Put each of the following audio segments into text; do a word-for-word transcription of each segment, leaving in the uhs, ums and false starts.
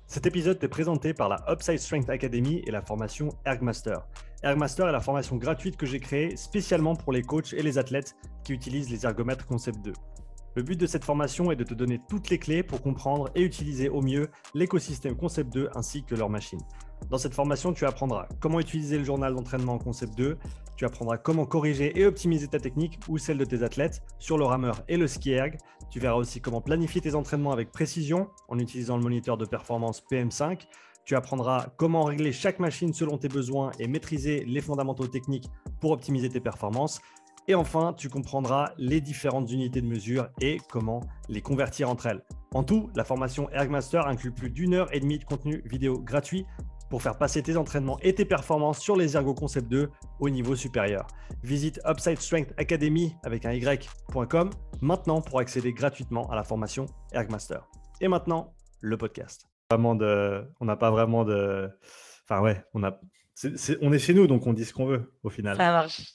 Cet épisode est présenté par la Upside Strength Academy et la formation Ergmaster. Ergmaster est la formation gratuite que j'ai créée spécialement pour les coachs et les athlètes qui utilisent les ergomètres Concept deux. Le but de cette formation est de te donner toutes les clés pour comprendre et utiliser au mieux l'écosystème Concept deux ainsi que leur machine. Dans cette formation, tu apprendras comment utiliser le journal d'entraînement en Concept deux, tu apprendras comment corriger et optimiser ta technique ou celle de tes athlètes sur le rameur et le ski erg. Tu verras aussi comment planifier tes entraînements avec précision en utilisant le moniteur de performance P M cinq. Tu apprendras comment régler chaque machine selon tes besoins et maîtriser les fondamentaux techniques pour optimiser tes performances. Et enfin, tu comprendras les différentes unités de mesure et comment les convertir entre elles. En tout, la formation Ergmaster inclut plus d'une heure et demie de contenu vidéo gratuit pour faire passer tes entraînements et tes performances sur les Ergo Concept deux au niveau supérieur. Visite Upside Strength Academy avec un y point com maintenant pour accéder gratuitement à la formation Ergmaster. Et maintenant, le podcast. Vraiment de, on n'a pas vraiment de... Enfin ouais, on, a, c'est, c'est, on est chez nous, donc on dit ce qu'on veut au final. Ça marche.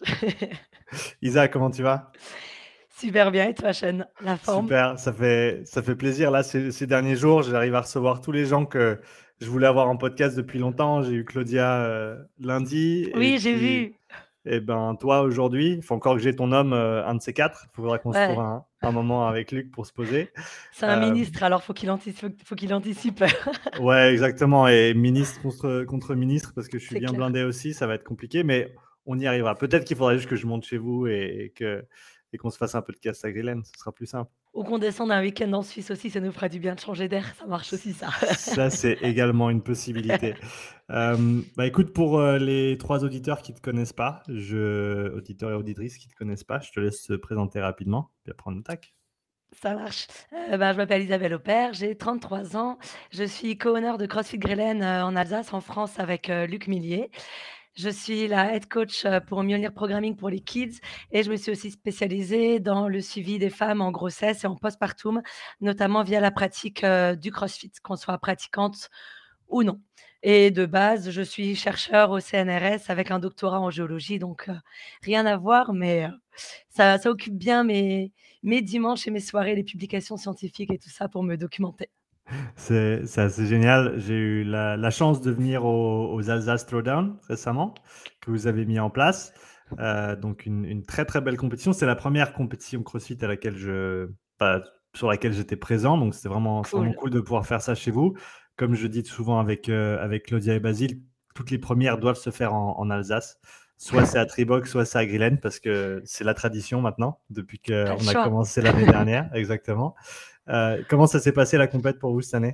Isa, comment tu vas ? Super bien, et toi, Sean ? La forme ? Super, ça fait, ça fait plaisir. Là, ces, ces derniers jours, j'arrive à recevoir tous les gens que je voulais avoir en podcast depuis longtemps. J'ai eu Claudia euh, lundi. Oui, et j'ai puis, vu. Et ben, toi, aujourd'hui, il faut encore que j'ai ton homme, euh, un de ces quatre. Il faudra qu'on se trouve Ouais. un, un moment avec Luc pour se poser. C'est un Euh, ministre, alors faut qu'il anticipe. Faut qu'il anticipe. ouais, exactement. Et ministre contre, contre ministre, parce que je suis C'est bien clair. blindé aussi, ça va être compliqué, mais on y arrivera. Peut-être qu'il faudra juste que je monte chez vous et, et que, et qu'on se fasse un peu de casse à Grillen. Ce sera plus simple. Ou qu'on descende un week-end en Suisse aussi, ça nous fera du bien de changer d'air. Ça marche aussi, ça. Ça, c'est également une possibilité. Euh, bah écoute, pour euh, les trois auditeurs qui ne te connaissent pas, je... auditeurs et auditrices qui ne te connaissent pas, je te laisse te présenter rapidement, puis après on attaque. Ça marche. Euh, ben, je m'appelle Isabelle Aupert, j'ai trente-trois ans. Je suis co-honneur de CrossFit Grillen euh, en Alsace, en France, avec euh, Luc Millier. Je suis la head coach euh, pour Mjolnir Programming pour les kids et je me suis aussi spécialisée dans le suivi des femmes en grossesse et en postpartum, notamment via la pratique euh, du CrossFit, qu'on soit pratiquante ou non. Et de base, je suis chercheur au C N R S avec un doctorat en géologie, donc euh, rien à voir, mais euh, ça, ça occupe bien mes, mes dimanches et mes soirées, les publications scientifiques et tout ça pour me documenter. C'est, c'est assez génial. J'ai eu la, la chance de venir aux, aux Alsace Throwdown récemment, que vous avez mis en place. Euh, donc une, une très très belle compétition. C'est la première compétition CrossFit à laquelle je, pas, sur laquelle j'étais présent. Donc c'était vraiment, c'est vraiment Cool. cool de pouvoir faire ça chez vous. Comme je dis souvent avec, euh, avec Claudia et Basile, toutes les premières doivent se faire en, en Alsace. Soit c'est à Triboc, soit c'est à Grillen, parce que c'est la tradition maintenant, depuis Pas le qu'on a choix. commencé l'année dernière, exactement. Euh, comment ça s'est passé la compète pour vous cette année ?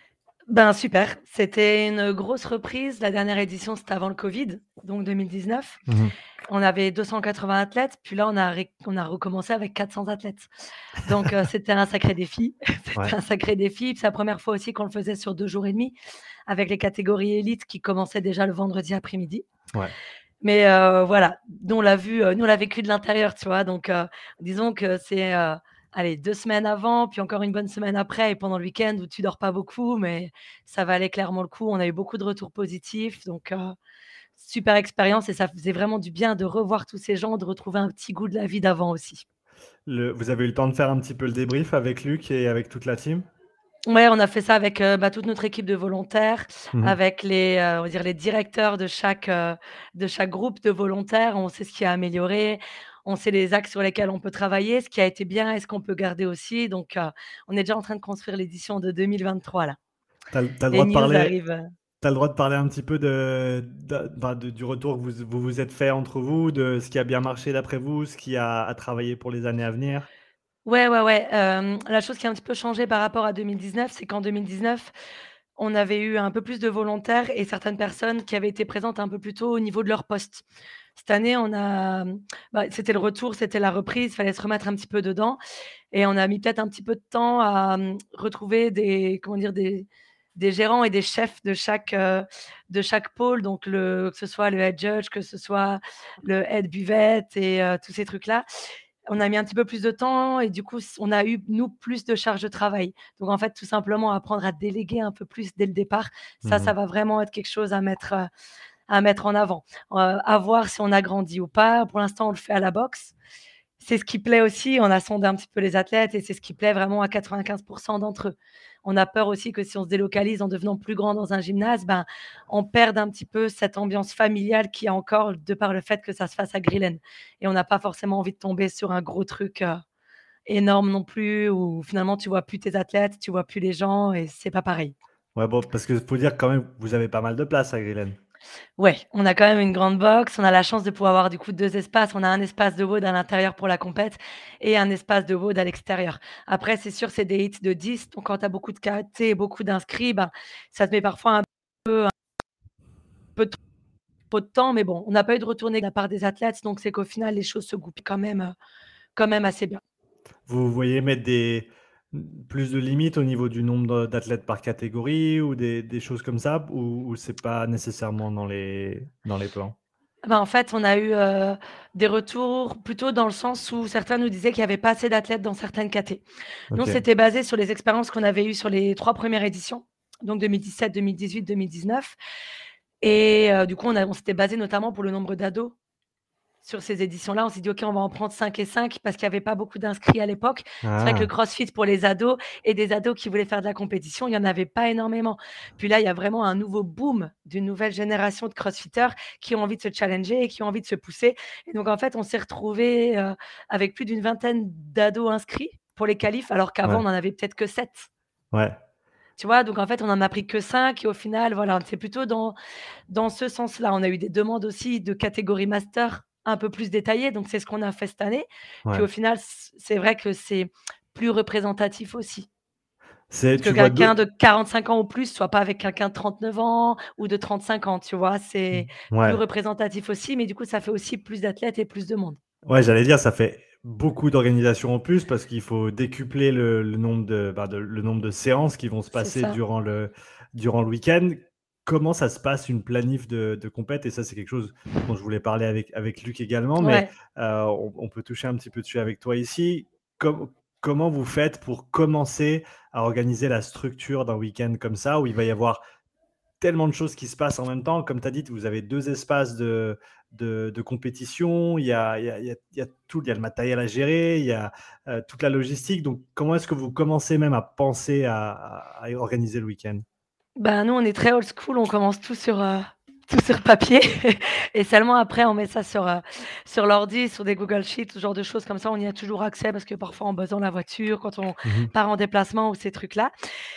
Ben super, c'était une grosse reprise. La dernière édition, c'était avant le Covid, donc deux mille dix-neuf. Mhm. On avait deux cent quatre-vingts athlètes, puis là, on a, ré- on a recommencé avec quatre cents athlètes. Donc, euh, c'était un sacré défi. C'était Ouais. un sacré défi. Puis c'est la première fois aussi qu'on le faisait sur deux jours et demi, avec les catégories élites qui commençaient déjà le vendredi après-midi. Ouais. Mais euh, voilà, nous, on l'a vu, euh, nous, on l'a vécu de l'intérieur, tu vois. Donc, euh, disons que c'est, euh, allez, deux semaines avant, puis encore une bonne semaine après, et pendant le week-end où tu dors pas beaucoup, mais ça valait clairement le coup. On a eu beaucoup de retours positifs, donc euh, super expérience, et ça faisait vraiment du bien de revoir tous ces gens, de retrouver un petit goût de la vie d'avant aussi. Le, vous avez eu le temps de faire un petit peu le débrief avec Luc et avec toute la team ? Ouais, on a fait ça avec euh, bah, toute notre équipe de volontaires, Mhm. avec les, euh, on va dire les directeurs de chaque, euh, de chaque groupe de volontaires. On sait ce qui a amélioré, on sait les axes sur lesquels on peut travailler, ce qui a été bien et ce qu'on peut garder aussi. Donc, euh, on est déjà en train de construire l'édition de deux mille vingt-trois là. T'as, t'as le Les droit de news parler, arrivent. t'as le droit de parler un petit peu de, de- bah, de- du retour que vous, vous vous êtes fait entre vous, de ce qui a bien marché d'après vous, ce qui a à travailler pour les années à venir. Ouais, ouais, ouais. Hem, la chose qui a un petit peu changé par rapport à deux mille dix-neuf, c'est qu'en deux mille dix-neuf, on avait eu un peu plus de volontaires et certaines personnes qui avaient été présentes un peu plus tôt au niveau de leur poste. Cette année, on a, mmh, bah, c'était le retour, c'était la reprise, fallait se remettre un petit peu dedans et on a mis peut-être un petit peu de temps à, mmh, retrouver des comment dire? Des des gérants et des chefs de chaque, heu, de chaque pôle, donc le que ce soit le head judge, que ce soit le head buvette et heu, tous ces trucs-là. On a mis un petit peu plus de temps et du coup, s on a eu, nous, plus de charge de travail. Donc en fait, tout simplement apprendre à déléguer un peu plus dès le départ, ça, ça Mhm. va vraiment être quelque chose à mettre, heu, à mettre en avant. Heu, à voir si on a grandi ou pas. Pour l'instant, on le fait à la boxe. C'est ce qui plaît aussi, on a sondé un petit peu les athlètes et c'est ce qui plaît vraiment à quatre-vingt-quinze d'entre eux. On a peur aussi que si on se délocalise en devenant plus grand dans un gymnase, ben, on perde un petit peu cette ambiance familiale qu'il y a encore de par le fait que ça se fasse à Grillen et on n'a pas forcément envie de tomber sur un gros truc, heu, énorme non plus où finalement tu vois plus tes athlètes, tu vois plus les gens et c'est pas pareil. Ouais, bon, parce que faut dire quand même, vous avez pas mal de place à Grillen? Ouais, on a quand même une grande box, on a la chance de pouvoir avoir du coup deux espaces. On a un espace de WOD à l'intérieur pour la compète et un espace de WOD à l'extérieur. Après, c'est sûr, c'est des hits de dix, donc quand tu as beaucoup de karaté et beaucoup d'inscrits, ben, ça te met parfois un peu un peu trop de temps, mais bon, on n'a pas eu de retour négatif de la part des athlètes, donc c'est qu'au final, les choses se goupillent quand même, heu, quand même assez bien. Vous voyez mettre des mmh, plus de limites au niveau du nombre de d'athlètes par catégorie ou des des choses comme ça? Ou ou c'est pas nécessairement dans les dans les plans? Bah, en fait, on a eu, heu, des retours plutôt dans le sens où certains nous disaient qu'il y avait pas assez d'athlètes dans certaines catés. Nous, on OK. s'était basés sur les expériences qu'on avait eues sur les trois premières éditions, donc deux mille dix-sept, deux mille dix-huit, deux mille dix-neuf et heu, du coup, on a on s'était basés notamment pour le nombre d'ados. Sur ces éditions-là, on s'est dit: «OK, on va en prendre cinq et cinq parce qu'il y avait pas beaucoup d'inscrits à l'époque». C'est vrai que le Ah! CrossFit pour les ados et des ados qui voulaient faire de la compétition, il y en avait pas énormément. Puis là, il y a vraiment un nouveau boom d'une nouvelle génération de crossfitters qui ont envie de se challenger et qui ont envie de se pousser et donc en fait, on s'est retrouvés, heu, avec plus d'une vingtaine d'ados inscrits pour les qualifs alors qu'avant, Ouais, on en avait peut-être que sept. ouais. Tu vois? Donc en fait, on en a pris que cinq et au final, voilà, c'est plutôt dans dans ce sens-là. On a eu des demandes aussi de catégorie master un peu plus détaillées, donc c'est ce qu'on a fait cette année. Puis Ouais. au final, c c'est vrai que c'est plus représentatif aussi. C'est Que tu vois quelqu'un de de quarante-cinq ans ou plus soit pas avec quelqu'un de trente-neuf ans ou de trente-cinq ans, tu vois? C'est plus ouais. représentatif aussi, mais du coup, ça fait aussi plus d'athlètes et plus de monde. Ouais, j'allais dire, ça fait beaucoup d'organisations en plus parce qu'il faut décupler le le nombre de, bah, de le nombre de séances qui vont se C'est passer ça. durant le durant le week-end. Comment ça se passe une planif de de compète? Et ça, c'est quelque chose dont je voulais parler avec avec Luc également, mais Ouais. heu, on on peut toucher un petit peu dessus avec toi ici. Com comment vous faites pour commencer à organiser la structure d'un week-end comme ça, où il va y avoir tellement de choses qui se passent en même temps. Comme tu as dit, vous avez deux espaces de de de compétition. Il y a il y a il y a il y a tout, il y a le matériel à gérer, il y a, heu, toute la logistique. Donc comment est-ce que vous commencez même à penser à à à organiser le week-end? Ben, nous, on est très old school, on commence tout sur, heu, tout sur papier et seulement après on met ça sur, heu, sur l'ordi, sur des Google Sheets, ce genre de choses comme ça, on y a toujours accès parce que parfois on bosse dans la voiture, quand on Mmh. part en déplacement ou ces trucs-là.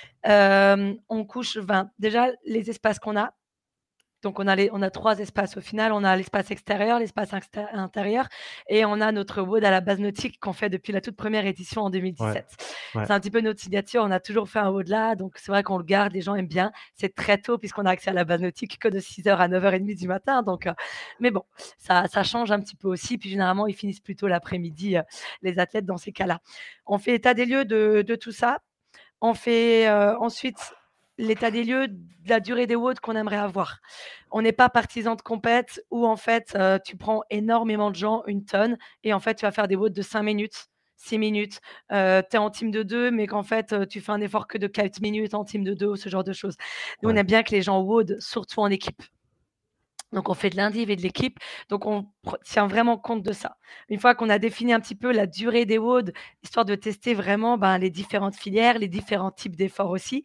Hem, on couche enfin, déjà les espaces qu'on a, donc on a les on a trois espaces au final. On a l'espace extérieur, l'espace inxté intérieur et on a notre WOD à la base nautique qu'on fait depuis la toute première édition en Ouais, deux mille dix-sept. ouais, C'est un petit peu notre signature, on a toujours fait un WOD là, donc c'est vrai qu'on le garde, les gens aiment bien. C'est très tôt puisqu'on a accès à la base nautique que de six heures à neuf heures trente du matin, donc heu, mais bon, ça ça change un petit peu aussi, puis généralement ils finissent plus tôt l'après-midi, heu, les athlètes dans ces cas-là. On fait état des lieux de de tout ça. On fait, heu, ensuite l'état des lieux de la durée des WOD qu'on aimerait avoir. On n'est pas partisan de compète où en fait, heu, tu prends énormément de gens, une tonne et en fait, tu vas faire des WOD de cinq minutes, six minutes. Heu, tu es en team de deux, mais qu'en fait, heu, tu fais un effort que de quatre minutes en team de deux ou ce genre de choses. Nous, on ouais. aime bien que les gens WOD surtout en équipe. Donc on fait de l'indiv et de l'équipe, donc on pr tient vraiment compte de ça. Une fois qu'on a défini un petit peu la durée des WOD, histoire de tester vraiment, ben, les différentes filières, les différents types d'efforts aussi,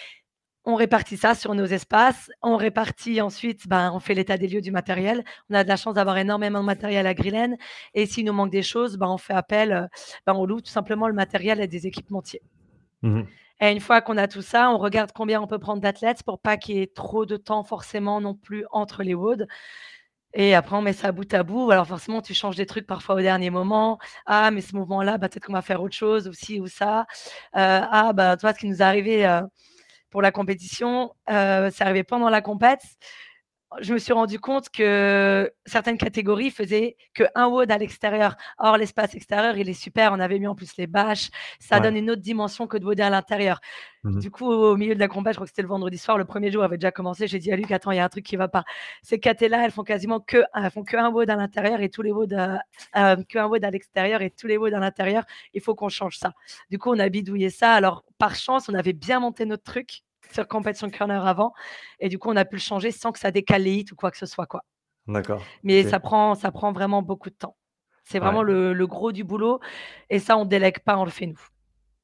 on répartit ça sur nos espaces. On répartit ensuite, ben, on fait l'état des lieux du matériel. On a de la chance d'avoir énormément de matériel à Grillen et s'il nous manque des choses, ben, on fait appel, heu, ben, on loue tout simplement le matériel à des équipementiers Mmh. et une fois qu'on a tout ça, on regarde combien on peut prendre d'athlètes pour pas qu'il y ait trop de temps forcément non plus entre les WOD et après on met ça bout à bout. Alors forcément, tu changes des trucs parfois au dernier moment. «Ah mais ce mouvement-là, bah, peut-être qu'on va faire autre chose ou ci ou ça». Heu, «Ah bah, tu vois ce qui nous est arrivé, heu, pour la compétition, heu, c'est arrivé pendant la compète. Je me suis rendu compte que certaines catégories faisaient qu'un WOD à l'extérieur. Or, l'espace extérieur, il est super. On avait mis en plus les bâches. Ça Ouais. donne une autre dimension que de WODer à l'intérieur. Mmh. Du coup, au milieu de la compète, je crois que c'était le vendredi soir, le premier jour avait déjà commencé. J'ai dit à Luc: «Attends, il y a un truc qui va pas. Ces catés-là, elles font quasiment que elles font qu'un WOD à l'intérieur et tous les WOD, heu, hem, qu'un WOD à l'extérieur et tous les WOD à l'intérieur. Il faut qu'on change ça». Du coup, on a bidouillé ça. Alors, par chance, on avait bien monté notre truc sur Competition Corner avant et du coup, on a pu le changer sans que ça décale les hits ou quoi que ce soit, quoi. D'accord, Mais OK. ça prend ça prend vraiment beaucoup de temps. C'est Ouais, vraiment le le gros du boulot et ça, on délègue pas, on le fait nous. ouais.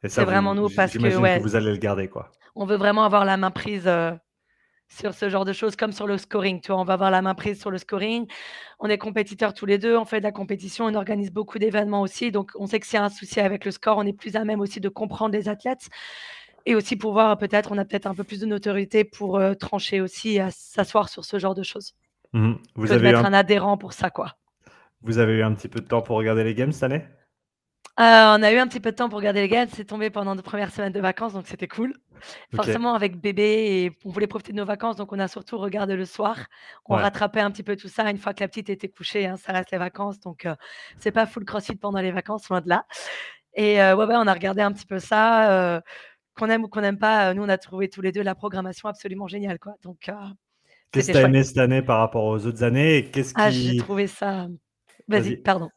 Et ça, C'est vraiment vous nous j parce que j'imagine que ouais, vous allez le garder, quoi? on veut vraiment avoir la main prise, heu, sur ce genre de choses comme sur le scoring, tu vois? On va avoir la main prise sur le scoring. On est compétiteurs tous les deux, on fait de la compétition, on organise beaucoup d'événements aussi, donc on sait que s'il y a un souci avec le score, on est plus à même aussi de comprendre les athlètes et aussi pouvoir peut-être on a peut-être un peu plus de notoriété pour, heu, trancher aussi, à s'asseoir sur ce genre de choses, Mmh. Vous que de avez eu mettre un un adhérent pour ça, quoi. vous avez eu un petit peu de temps pour regarder les games cette année? Heu, on a eu un petit peu de temps pour regarder les games, c'est tombé pendant nos premières semaines de vacances, donc c'était cool. OK. Forcément avec bébé et on voulait profiter de nos vacances, donc on a surtout regardé le soir. On Ouais. rattrapait un petit peu tout ça une fois que la petite était couchée, hein, ça reste les vacances, donc heu, c'est pas full crossfit pendant les vacances, loin de là et heu, ouais, ouais, on a regardé un petit peu ça, heu, qu'on aime ou qu'on n'aime pas, heu, nous on a trouvé tous les deux la programmation absolument géniale, quoi, donc heu, Qu'est-ce que c'était tu as chouette. aimé cette année par rapport aux autres années et qu'est-ce Ah, j'ai qui trouvé ça vas-y, vas-y, pardon.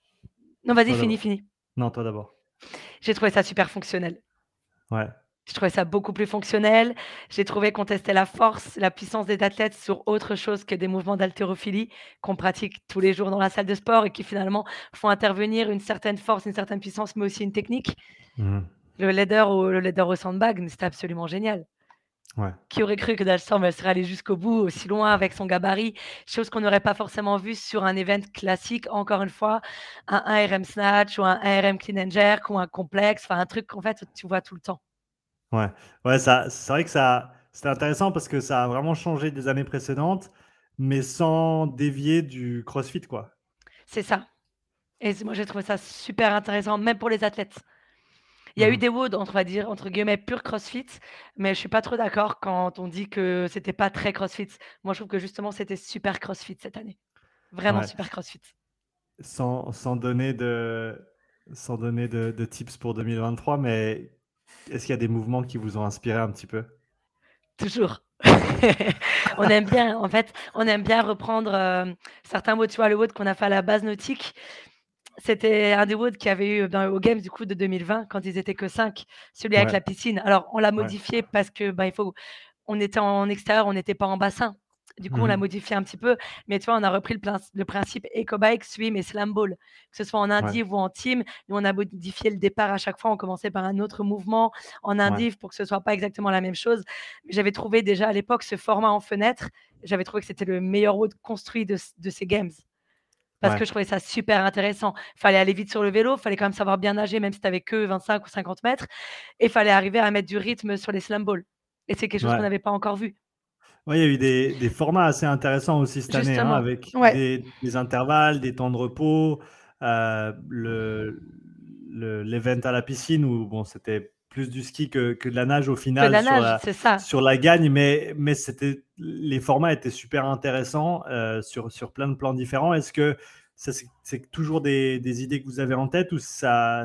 Non, vas-y, toi finis, d'abord. finis. Non, toi d'abord. J'ai trouvé ça super fonctionnel. Ouais, Je trouvais ça beaucoup plus fonctionnel. J'ai trouvé qu'on testait la force, la puissance des athlètes sur autre chose que des mouvements d'haltérophilie qu'on pratique tous les jours dans la salle de sport et qui finalement font intervenir une certaine force, une certaine puissance, mais aussi une technique. mmh, Le leader au le leader au sandbag, mais c'était absolument génial. ouais, Qui aurait cru que Dalstorm, elle serait allée jusqu'au bout, aussi loin avec son gabarit? Chose qu'on n'aurait pas forcément vue sur un event classique, encore une fois, un un R M snatch ou un un R M clean and jerk ou un complexe, enfin un truc qu'en fait tu vois tout le temps. ouais. Ouais, ça c'est vrai que ça c'était intéressant parce que ça a vraiment changé des années précédentes, mais sans dévier du CrossFit, quoi. C'est ça. Et c moi, j'ai trouvé ça super intéressant, même pour les athlètes. Il y a eu Mmh. des WOD, entre on va dire, entre guillemets, «pur CrossFit», mais je suis pas trop d'accord quand on dit que c'était pas très CrossFit. Moi, je trouve que justement, c'était super CrossFit cette année. Vraiment Ouais. super CrossFit. Sans sans donner de sans donner de de tips pour deux mille vingt-trois, mais est-ce qu'il y a des mouvements qui vous ont inspiré un petit peu? Toujours. On aime bien, en fait, on aime bien reprendre, hem, certains WOD. Tu vois, le WOD qu'on a fait à la base nautique, c'était un des WOD qu'il y avait eu dans aux games, du coup, de deux mille vingt quand ils étaient que cinq, celui avec Ouais, la piscine. Alors, on l'a ouais. modifié parce que, bah, il faut on était en extérieur, on n'était pas en bassin. Du coup, on l'a Mmh. modifié un petit peu, mais tu vois, on a repris le plinc le principe EcoBike, Swim et Slam Ball. Que ce soit en Ouais, indiv ou en team, nous, on a modifié le départ à chaque fois. On commençait par un autre mouvement en ouais, indiv pour que ce soit pas exactement la même chose. Mais j'avais trouvé déjà à l'époque ce format en fenêtre, j'avais trouvé que c'était le meilleur WOD construit de c de ces games. Parce ouais, que je trouvais ça super intéressant. Fallait aller vite sur le vélo, fallait quand même savoir bien nager, même si tu avais que vingt-cinq ou cinquante mètres, et fallait arriver à mettre du rythme sur les slam balls. Et c'est quelque chose qu'on ouais. n'avait pas encore vu. Ouais, il y a eu des des formats assez intéressants aussi cette année, hein, Justement, avec ouais, des des intervalles, des temps de repos, heu, le le l'event à la piscine où bon, c'était plus du ski que que de la nage au que de final la sur nage, la c'est ça. sur la gagne, mais mais c'était les formats étaient super intéressants, heu, sur sur plein de plans différents. Est-ce que ça c'est c'est toujours des des idées que vous avez en tête ou ça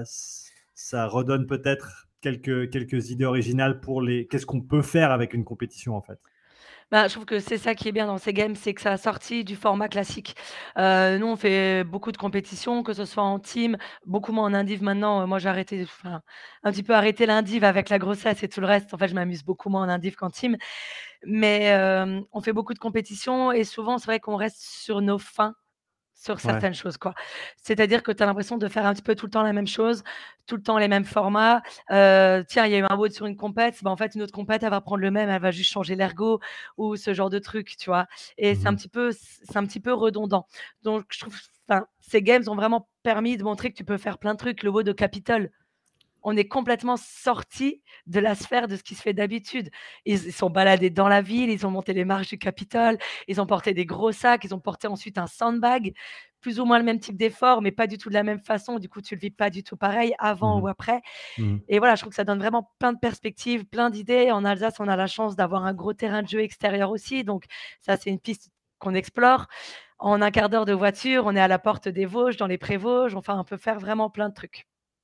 ça redonne peut-être quelques quelques idées originales pour les qu'est-ce qu'on peut faire avec une compétition, en fait? Bah, je trouve que c'est ça qui est bien dans ces games, c'est que ça a sorti du format classique. Heu, nous, on fait beaucoup de compétitions, que ce soit en team, beaucoup moins en indiv maintenant. Heu, moi, j'ai arrêté, enfin, un petit peu arrêté l'indiv avec la grossesse et tout le reste. En fait, je m'amuse beaucoup moins en indiv qu'en team. Mais, hem, on fait beaucoup de compétitions et souvent, c'est vrai qu'on reste sur nos fins. Sur Ouais, certaines choses, quoi. C'est-à-dire que tu as l'impression de faire un petit peu tout le temps la même chose, tout le temps les mêmes formats. Heu, tiens, il y a eu un WOD sur une compète, bah, en fait, une autre compète, elle va prendre le même, elle va juste changer l'ergo ou ce genre de truc, tu vois? Et c'est un mmh. petit peu c'est un petit peu redondant. Donc je trouve enfin, ces games ont vraiment permis de montrer que tu peux faire plein de trucs. Le WOD au Capitole, on est complètement sorti de la sphère de ce qui se fait d'habitude. Ils ils sont baladés dans la ville, ils ont monté les marches du Capitole, ils ont porté des gros sacs, ils ont porté ensuite un sandbag, plus ou moins le même type d'effort, mais pas du tout de la même façon. Du coup, tu le vis pas du tout pareil avant Mmh ou après. mh. Mmh. Et voilà, je trouve que ça donne vraiment plein de perspectives, plein d'idées. En Alsace, on a la chance d'avoir un gros terrain de jeu extérieur aussi, donc ça, c'est une piste qu'on explore. En un quart d'heure de voiture, on est à la porte des Vosges, dans les Prévosges, enfin, on peut faire vraiment plein de trucs.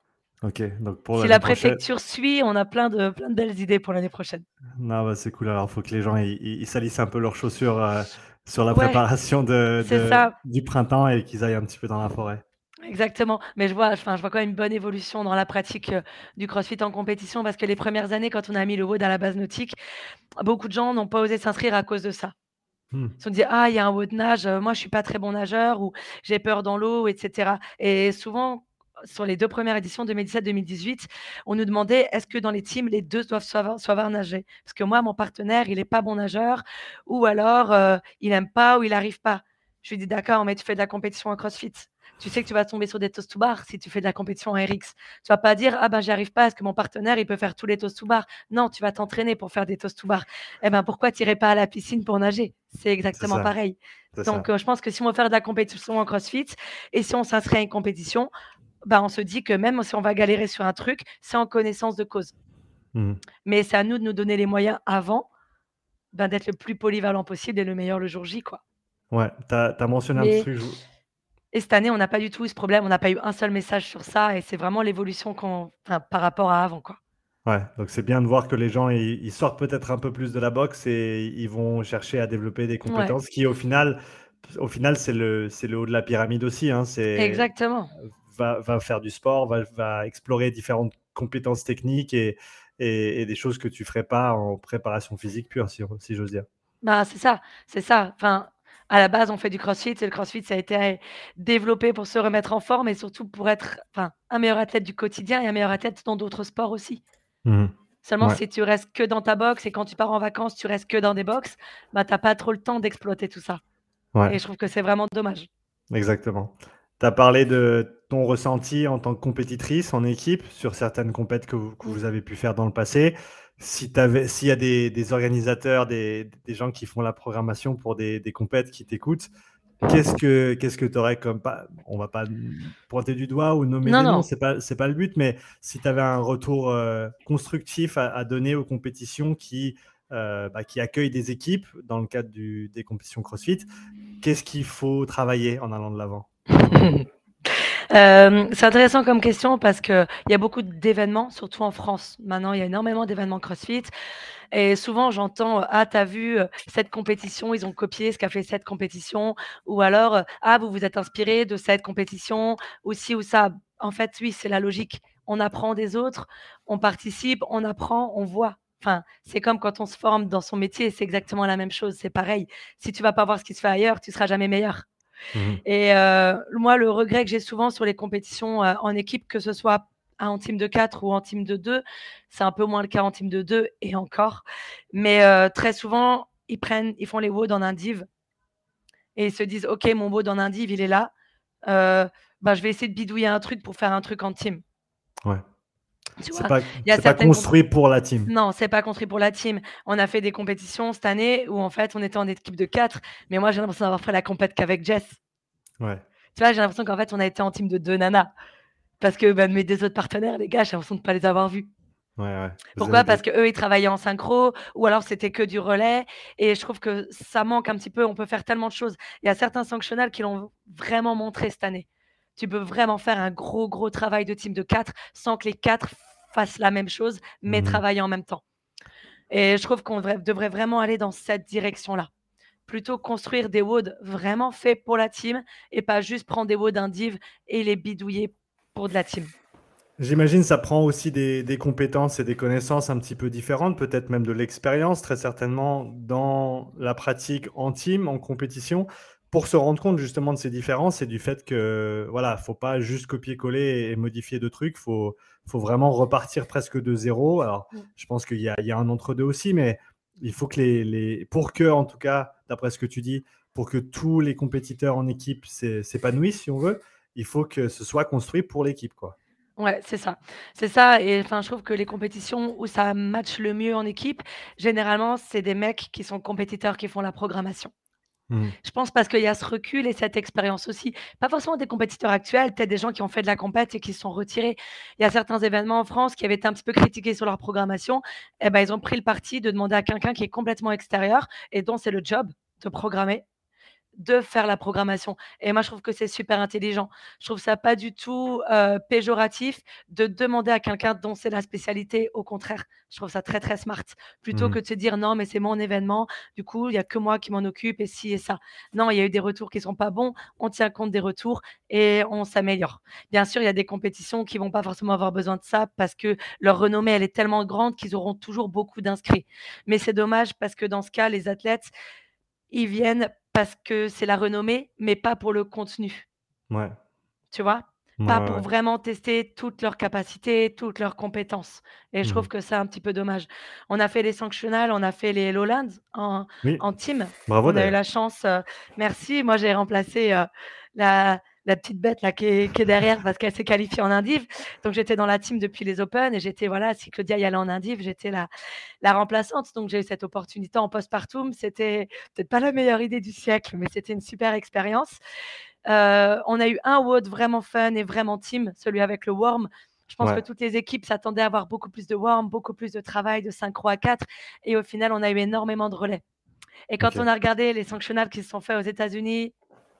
OK, donc pour Si l'année la prochaine préfecture suit, on a plein de plein de belles idées pour l'année prochaine. non, bah, c'est cool, alors faut que les gens ils ils ils salissent un peu leurs chaussures, heu, sur la Ouais, préparation de c'est de ça, du printemps et qu'ils aillent un petit peu dans la forêt. exactement. Mais je vois enfin, je vois quand même une bonne évolution dans la pratique, heu, du crossfit en compétition parce que les premières années, quand on a mis le WOD à la base nautique, beaucoup de gens n'ont pas osé s'inscrire à cause de ça. Mmh. Ils se sont dit: «Ah, il y a un WOD nage, heu, moi je suis pas très bon nageur» ou «J'ai peur dans l'eau» et cetera et souvent, sur les deux premières éditions deux mille dix-sept deux mille dix-huit, on nous demandait: «Est-ce que dans les teams, les deux doivent savoir savoir nager?» parce que moi, mon partenaire, il est pas bon nageur ou alors, heu, il aime pas ou il arrive pas. Je lui dis: «D'accord, mais tu fais de la compétition en CrossFit. Tu sais que tu vas tomber sur des toast to bar si tu fais de la compétition en R X. Tu vas pas dire: "Ah ben, j'y arrive pas, est-ce que mon partenaire, il peut faire tous les toast to bar?" Non, tu vas t'entraîner pour faire des toast to bar. Eh ben, pourquoi tu irais pas à la piscine pour nager? C'est C'est exactement ça, pareil. c'est Donc, ça. heu, je pense que si on veut faire de la compétition en CrossFit et si on s'inscrit à une compétition, bah, on se dit que même si on va galérer sur un truc, c'est en connaissance de cause. Mmh mh. Mais c'est à nous de nous donner les moyens avant, ben, d'être le plus polyvalent possible et le meilleur le jour J, quoi. Ouais, tu as tu as mentionné un Mais truc, je vou et cette année, on n'a pas du tout eu ce problème, on n'a pas eu un seul message sur ça et c'est vraiment l'évolution qu'on enfin, par rapport à avant, quoi. Ouais, donc c'est bien de voir que les gens, ils ils sortent peut-être un peu plus de la boxe et ils vont chercher à développer des Ouais, compétences qui, au final au final, c'est le c'est le haut de la pyramide aussi, hein. C'est exactement. va va faire du sport, va va explorer différentes compétences techniques et et et des choses que tu ferais pas en préparation physique pure, si on si j'ose dire. Bah, c'est ça, c'est ça. Enfin, à la base, on fait du crossfit et le crossfit, ça a été développé pour se remettre en forme et surtout pour être, enfin, un meilleur athlète du quotidien et un meilleur athlète dans d'autres sports aussi. Mmh mh. Seulement, Ouais, si tu restes que dans ta boxe et quand tu pars en vacances, tu restes que dans des box, bah, tu as pas trop le temps d'exploiter tout ça ouais. et je trouve que c'est vraiment dommage. Exactement. Tu as parlé de ton ressenti en tant que compétitrice en équipe sur certaines compètes que vous que Mmh. vous avez pu faire dans le passé. Si tu avais s'il y a des des organisateurs, des des gens qui font la programmation pour des des compètes qui t'écoutent, qu'est-ce que qu'est-ce que tu aurais comme pas on va pas n pointer du doigt ou nommer Non, des noms, non. c'est pas c'est pas le but, mais si tu avais un retour, heu, constructif à à donner aux compétitions qui, heu, bah, qui accueillent des équipes dans le cadre du des compétitions CrossFit, qu'est-ce qu'il faut travailler en allant de l'avant? Hem, c'est intéressant comme question parce qu'il y a beaucoup d'événements, surtout en France. Maintenant, il y a énormément d'événements CrossFit et souvent j'entends, heu: «Ah, tu as vu, heu, cette compétition, ils ont copié ce qu'a fait cette compétition» ou alors, heu: «Ah, vous vous êtes inspiré de cette compétition» ou ci ou ça. En fait, oui, c'est la logique. On apprend des autres, on participe, on apprend, on voit. Enfin, c'est comme quand on se forme dans son métier, c'est exactement la même chose, c'est pareil. Si tu vas pas voir ce qui se fait ailleurs, tu seras jamais meilleur. Mmh mh. Et heu, moi, le regret que j'ai souvent sur les compétitions, heu, en équipe, que ce soit en team de quatre ou en team de deux, c'est un peu moins le cas en team de deux et encore, mais heu, très souvent, ils prennent ils font les W O D en indiv et ils se disent: «OK, mon W O D en indiv, il est là, heu, bah, je vais essayer de bidouiller un truc pour faire un truc en team». Ouais. Tu C'est vois? pas Il y a c'est pas certaines comp construit pour la team. non, c'est pas construit pour la team. On a fait des compétitions cette année où en fait, on était en équipe de quatre, mais moi, j'ai l'impression d'avoir fait la compète qu'avec Jess. Ouais. Tu vois? J'ai l'impression qu'en fait, on a été en team de deux nanas. Parce que, bah, mes deux autres partenaires, les gars, j'ai l'impression de pas les avoir vus. Ouais, ouais. Vous Pourquoi? avez Parce des qu'eux, ils travaillaient en synchro ou alors c'était que du relais et je trouve que ça manque un petit peu. On peut faire tellement de choses. Il y a certains sanctionnals qui l'ont vraiment montré cette année. Tu peux vraiment faire un gros, gros travail de team de quatre sans que les quatre fassent la même chose, mais mmh mh. travaillent en même temps et je trouve qu'on devrait devrait vraiment aller dans cette direction-là. Plutôt construire des W O D vraiment faits pour la team et pas juste prendre des W O D indiv et les bidouiller pour de la team. J'imagine ça prend aussi des des compétences et des connaissances un petit peu différentes, peut-être même de l'expérience très certainement dans la pratique en team, en compétition, pour se rendre compte justement de ces différences et du fait que, voilà, faut pas juste copier-coller et modifier de trucs, faut faut vraiment repartir presque de zéro. Alors, Mmh. je pense qu'il y a il y a un entre deux aussi, mais il faut que les les pour que, en tout cas, d'après ce que tu dis, pour que tous les compétiteurs en équipe s'é s'épanouissent, si on veut, il faut que ce soit construit pour l'équipe, quoi. Ouais, c'est ça. C'est ça et enfin, je trouve que les compétitions où ça match le mieux en équipe, généralement, c'est des mecs qui sont compétiteurs qui font la programmation. Mmh. Je pense parce qu'il y a ce recul et cette expérience aussi. Pas forcément des compétiteurs actuels, peut-être des gens qui ont fait de la compète et qui se sont retirés. Il y a certains événements en France qui avaient été un petit peu critiqués sur leur programmation et ben, ils ont pris le parti de demander à quelqu'un qui est complètement extérieur et dont c'est le job de programmer de faire la programmation et moi, je trouve que c'est super intelligent. Je trouve ça pas du tout, heu, péjoratif de demander à quelqu'un dont c'est la spécialité. Au contraire, je trouve ça très, très smart. Plutôt Mmh. que de se dire: «Non, mais c'est mon événement, du coup, il y a que moi qui m'en occupe et ci et ça». Non, il y a eu des retours qui sont pas bons, on tient compte des retours et on s'améliore. Bien sûr, il y a des compétitions qui vont pas forcément avoir besoin de ça parce que leur renommée, elle est tellement grande qu'ils auront toujours beaucoup d'inscrits. Mais c'est dommage parce que dans ce cas, les athlètes, ils viennent parce que c'est la renommée, mais pas pour le contenu, Ouais. tu vois? Ouais, pas ouais, pour ouais. vraiment tester toutes leurs capacités, toutes leurs compétences et je trouve Mmh. que c'est un petit peu dommage. On a fait les Sanctionals, on a fait les Lowlands en Oui, en team. bravo On a eu d'ailleurs. la chance, heu merci, moi j'ai remplacé, heu, la la petite bête là qui est qui est derrière parce qu'elle s'est qualifiée en indiv. Donc j'étais dans la team depuis les Open et j'étais voilà, si Claudia y allait en indiv, j'étais la la remplaçante. Donc j'ai eu cette opportunité en postpartum. C'était peut-être pas la meilleure idée du siècle, mais c'était une super expérience. Heu, on a eu un WOD vraiment fun et vraiment team, celui avec le Worm. Je pense que Ouais, toutes les équipes s'attendaient à avoir beaucoup plus de Worm, beaucoup plus de travail, de synchro à quatre et au final, on a eu énormément de relais et quand on OK, a regardé les sanctionals qui se sont faits aux États-Unis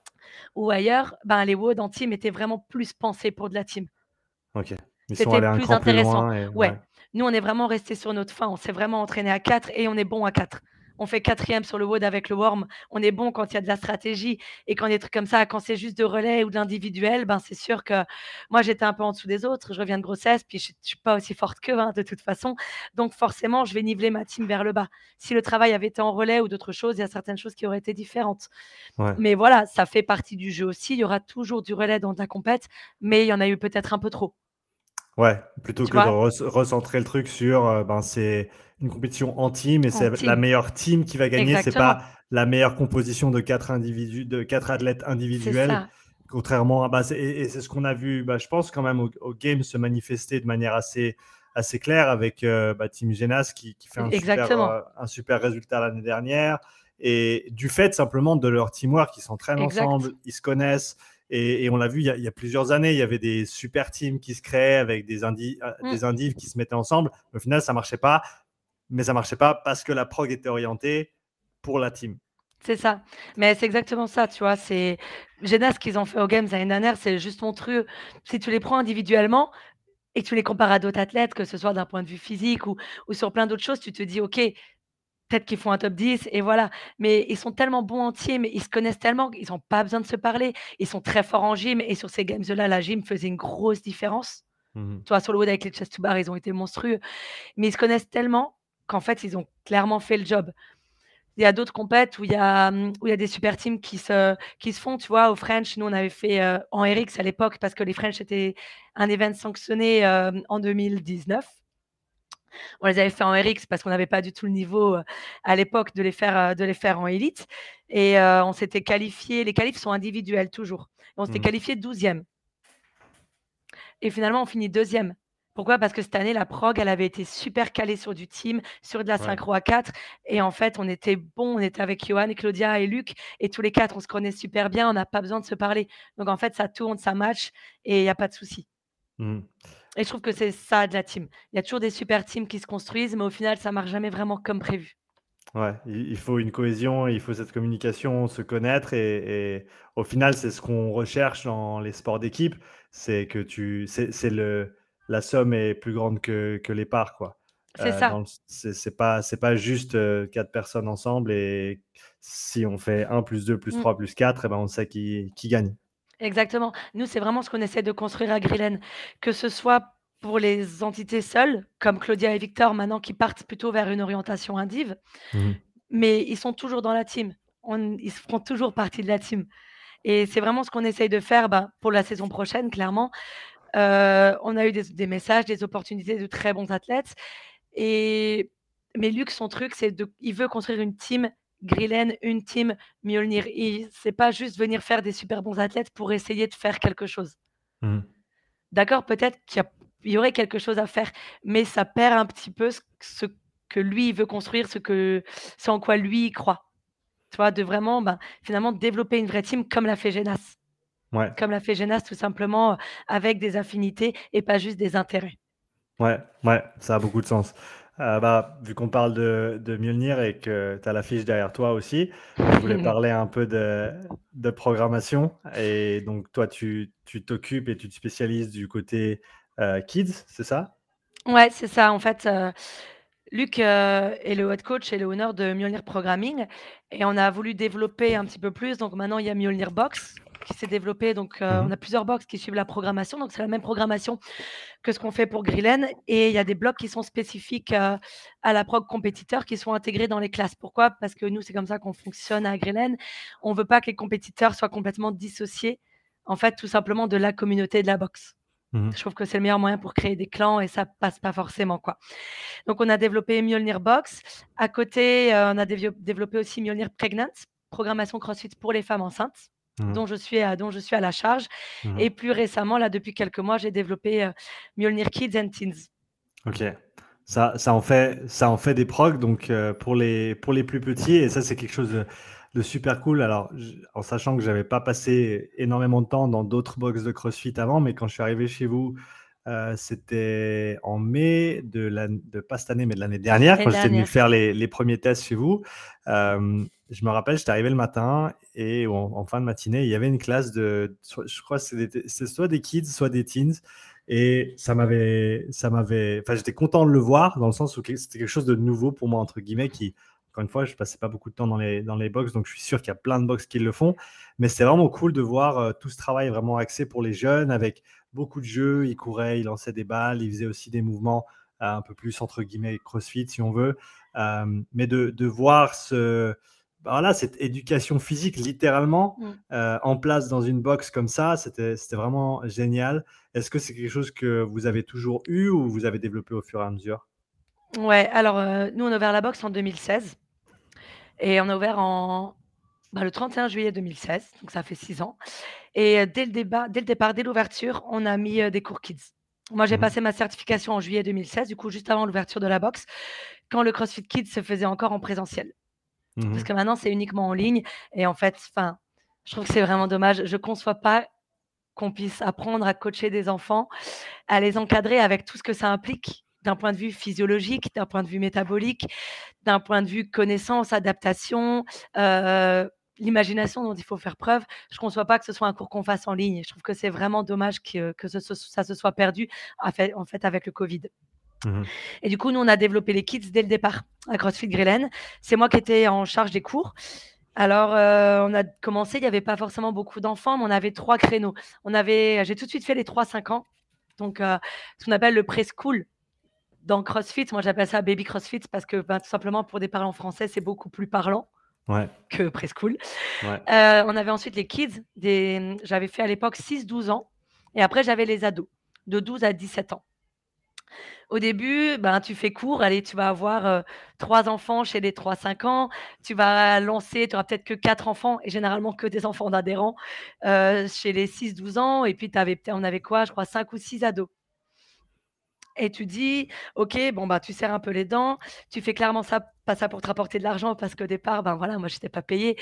ou ailleurs, ben, les WOD en team étaient vraiment plus pensés pour de la team. OK. Ils sont C'était allés un plus cran plus intéressant. loin et Ouais, ouais. nous, on est vraiment restés sur notre fin. On s'est vraiment entraîné à quatre et on est bon à quatre. On fait quatrième sur le WOD avec le Worm. On est bon quand il y a de la stratégie et quand des trucs comme ça, quand c'est juste de relais ou de l'individuel, ben, c'est sûr que moi, j'étais un peu en dessous des autres. Je reviens de grossesse, puis je ne suis pas aussi forte qu'eux, hein, de toute façon. Donc forcément, je vais niveler ma team vers le bas. Si le travail avait été en relais ou d'autres choses, il y a certaines choses qui auraient été différentes. Ouais. Mais voilà, ça fait partie du jeu aussi. Il y aura toujours du relais dans ta compète, mais il y en a eu peut-être un peu trop. Ouais, plutôt Tu que de vois? rec recentrer le truc sur, heu, ben, c'est une compétition en team et En c'est la team. meilleure team qui va gagner. C'est pas Exactement, la meilleure composition de quatre individus de quatre athlètes c'est individuels, ça. contrairement à bah, c'est et et c'est ce qu'on a vu, bah, je pense quand même aux aux games se manifester de manière assez assez claire avec, heu, bah, Team Genas qui qui fait un super, Exactement, heu, un super résultat l'année dernière et du fait simplement de leur teamwork. Ils s'entraînent exact. ensemble, ils se connaissent, et, et on l'a vu il y, a, il y, a, plusieurs années, il y avait des super teams qui se créaient avec des, indi Mmh, des indives qui se mettaient ensemble. Au final, ça marchait pas, mais ça marchait pas parce que la prog était orientée pour la team. c'est ça. Mais c'est exactement ça, tu vois? C'est Génas, ce qu'ils ont fait aux games l'année dernière, c'est juste monstrueux. Si tu les prends individuellement et que tu les compares à d'autres athlètes, que ce soit d'un point de vue physique ou ou sur plein d'autres choses, tu te dis: «OK, peut-être qu'ils font un top dix et voilà». Mais ils sont tellement bons en team, ils se connaissent tellement qu'ils ont pas besoin de se parler. Ils sont très forts en gym et sur ces games-là, la gym faisait une grosse différence. Mhm. Tu vois? Sur le WOD avec les chest to bar, ils ont été monstrueux. Mais ils se connaissent tellement qu'en fait, ils ont clairement fait le job. Il y a d'autres compètes où il y a, mmh, où il y a des super teams qui se qui se font, tu vois? Au French, nous, on avait fait, heu, en R X à l'époque parce que les French, c'était un event sanctionné, hem, en deux mille dix-neuf. On les avait fait en R X parce qu'on n'avait pas du tout le niveau, heu, à l'époque de les faire, heu, de les faire en élite et heu, on s'était qualifiés les qualifs sont individuels toujours et on s'était Mhm. qualifiés douzième. Et finalement, on finit deuxième. Pourquoi? Parce que cette année, la prog, elle avait été super calée sur du team, sur de la Ouais. synchro à quatre et en fait, on était bons, on était avec Johan, Claudia et Luc et tous les quatre, on se connaît super bien, on n'a pas besoin de se parler. Donc en fait, ça tourne, ça match et il y a pas de souci Mhm. et je trouve que c'est ça de la team. Il y a toujours des super teams qui se construisent, mais au final, ça marche jamais vraiment comme prévu. Ouais, il il faut une cohésion, il faut cette communication, se connaître et, et au final, c'est ce qu'on recherche dans les sports d'équipe, c'est que tu, c'est c'est le, la somme est plus grande que, que les parts, quoi. C'est Euh, dans ça, le- c'est c'est pas, c'est pas juste euh, quatre personnes ensemble et si on fait un plus deux plus mmh, trois plus quatre, et ben on sait qui, qui gagne. exactement. Nous, c'est vraiment ce qu'on essaie de construire à Grillen, que ce soit pour les entités seules, comme Claudia et Victor maintenant qui partent plutôt vers une orientation indive. Mhm. Mais ils sont toujours dans la team. On Ils font toujours partie de la team et c'est vraiment ce qu'on essaye de faire, bah, pour la saison prochaine clairement. Heu, on a eu des des messages, des opportunités de très bons athlètes et mais Luc, son truc, c'est de il veut construire une team Grillen, une team Mjolnir. Il C'est pas juste venir faire des super bons athlètes pour essayer de faire quelque chose. Mhm. D'accord, peut-être qu'il y a il y aurait quelque chose à faire, mais ça perd un petit peu ce ce que lui, il veut construire, ce que ce en quoi lui, il croit. Tu vois? De vraiment, ben, finalement développer une vraie team comme l'a fait Genas. Ouais. Comme l'a fait Genas tout simplement, heu, avec des affinités et pas juste des intérêts. Ouais, ouais, ça a beaucoup de sens. Euh, bah, vu qu'on parle de, de Mjolnir et que tu as l'affiche derrière toi aussi, je voulais parler un peu de, de programmation. Et donc, toi, tu tu t'occupes et tu te spécialises du côté euh, kids, c'est ça? Ouais, c'est ça en fait, heu, Luc, heu, est le head coach et le owner de Mjolnir Programming et on a voulu développer un petit peu plus, donc maintenant il y a Mjolnir Box qui s'est développé, donc heu, on Mhm. a plusieurs box qui suivent la programmation, donc c'est la même programmation que ce qu'on fait pour Grillen et il y a des blocs qui sont spécifiques, heu, à la prog compétiteur qui sont intégrés dans les classes. Pourquoi? Parce que nous, c'est comme ça qu'on fonctionne à Grillen. On veut pas que les compétiteurs soient complètement dissociés en fait, tout simplement de la communauté de la boxe. Mmh. Je trouve que c'est le meilleur moyen pour créer des clans et ça passe pas forcément, quoi. Donc on a développé Mjolnir Box. À côté, heu, on a dévio développé aussi Mjolnir Pregnant, programmation CrossFit pour les femmes enceintes, Mmh. dont je suis à dont je suis à la charge. Mmh. Et plus récemment, là, depuis quelques mois, j'ai développé, heu, Mjolnir Kids and Teens. OK. Ça ça en fait ça en fait des progs donc heu, pour les pour les plus petits et ça, c'est quelque chose de de super cool. Alors j en sachant que j'avais pas passé énormément de temps dans d'autres box de CrossFit avant, mais quand je suis arrivé chez vous, heu, c'était en mai de l'ann de pas cette année, mais de l'année dernière, quand L'année j'étais venu dernière. faire les les premiers tests chez vous. Hem, je me rappelle, j'étais arrivé le matin et en en fin de matinée, il y avait une classe de soit je crois que c'était c'est soit des kids, soit des teens et ça m'avait ça m'avait enfin, j'étais content de le voir dans le sens où que c'était quelque chose de «nouveau» pour moi, entre guillemets, qui encore une fois, je passais pas beaucoup de temps dans les dans les box, donc je suis sûr qu'il y a plein de box qui le font. Mais c'est vraiment cool de voir, heu, tout ce travail vraiment axé pour les jeunes avec beaucoup de jeux. Ils couraient, ils lançaient des balles, ils faisaient aussi des mouvements, heu, un peu plus entre guillemets «CrossFit» si on veut. Hem, mais de de voir ce bah, voilà, cette éducation physique littéralement, Mmh. heu, en place dans une box comme ça, c'était c'était vraiment génial. Est-ce que c'est quelque chose que vous avez toujours eu ou vous avez développé au fur et à mesure? Ouais, alors, heu, nous, on a ouvert la boxe en deux mille seize et on a ouvert en bah, le trente et un juillet deux mille seize, donc ça fait six ans. Et heu, dès le débat dès le départ, dès l'ouverture, on a mis, heu, des cours kids. Moi, j'ai Mmh mh. passé ma certification en juillet deux mille seize, du coup, juste avant l'ouverture de la boxe, quand le CrossFit Kids se faisait encore en présentiel. Mmh Parce mh. que maintenant, c'est uniquement en ligne et en fait, enfin, je trouve que c'est vraiment dommage. Je conçois pas qu'on puisse apprendre à coacher des enfants, à les encadrer avec tout ce que ça implique d'un point de vue physiologique, d'un point de vue métabolique, d'un point de vue connaissance, adaptation, heu, l'imagination dont il faut faire preuve. Je conçois pas que ce soit un cours qu'on fasse en ligne. Je trouve que c'est vraiment dommage que que ce ce ça se soit perdu à fait en fait avec le covid. Mmh mh. Et du coup, nous, on a développé les kids dès le départ à CrossFit Grélen. C'est moi qui étais en charge des cours. Alors, heu, on a commencé, il y avait pas forcément beaucoup d'enfants, mais on avait trois créneaux. On avait j'ai tout de suite fait les trois cinq ans, donc heu, ce qu'on appelle le preschool dans CrossFit. Moi, j'appelle ça baby CrossFit parce que, ben, tout simplement pour des parlants français, c'est beaucoup plus parlant Ouais, que preschool. ouais. Heu, on avait ensuite les kids, des mmh, j'avais fait à l'époque six douze ans et après j'avais les ados de douze à dix-sept ans. Au début, ben, tu fais court, allez, tu vas avoir, heu, trois enfants chez les trois cinq ans, tu vas lancer, tu auras peut-être que quatre enfants et généralement que des enfants d'adhérents, heu, chez les six douze ans et puis tu avais peut-être on avait quoi? Je crois cinq ou six ados. Et tu dis: «OK, bon, bah, tu serres un peu les dents, tu fais clairement ça pas ça pour te rapporter de l'argent parce qu'au départ, ben, voilà, moi, j'étais pas payée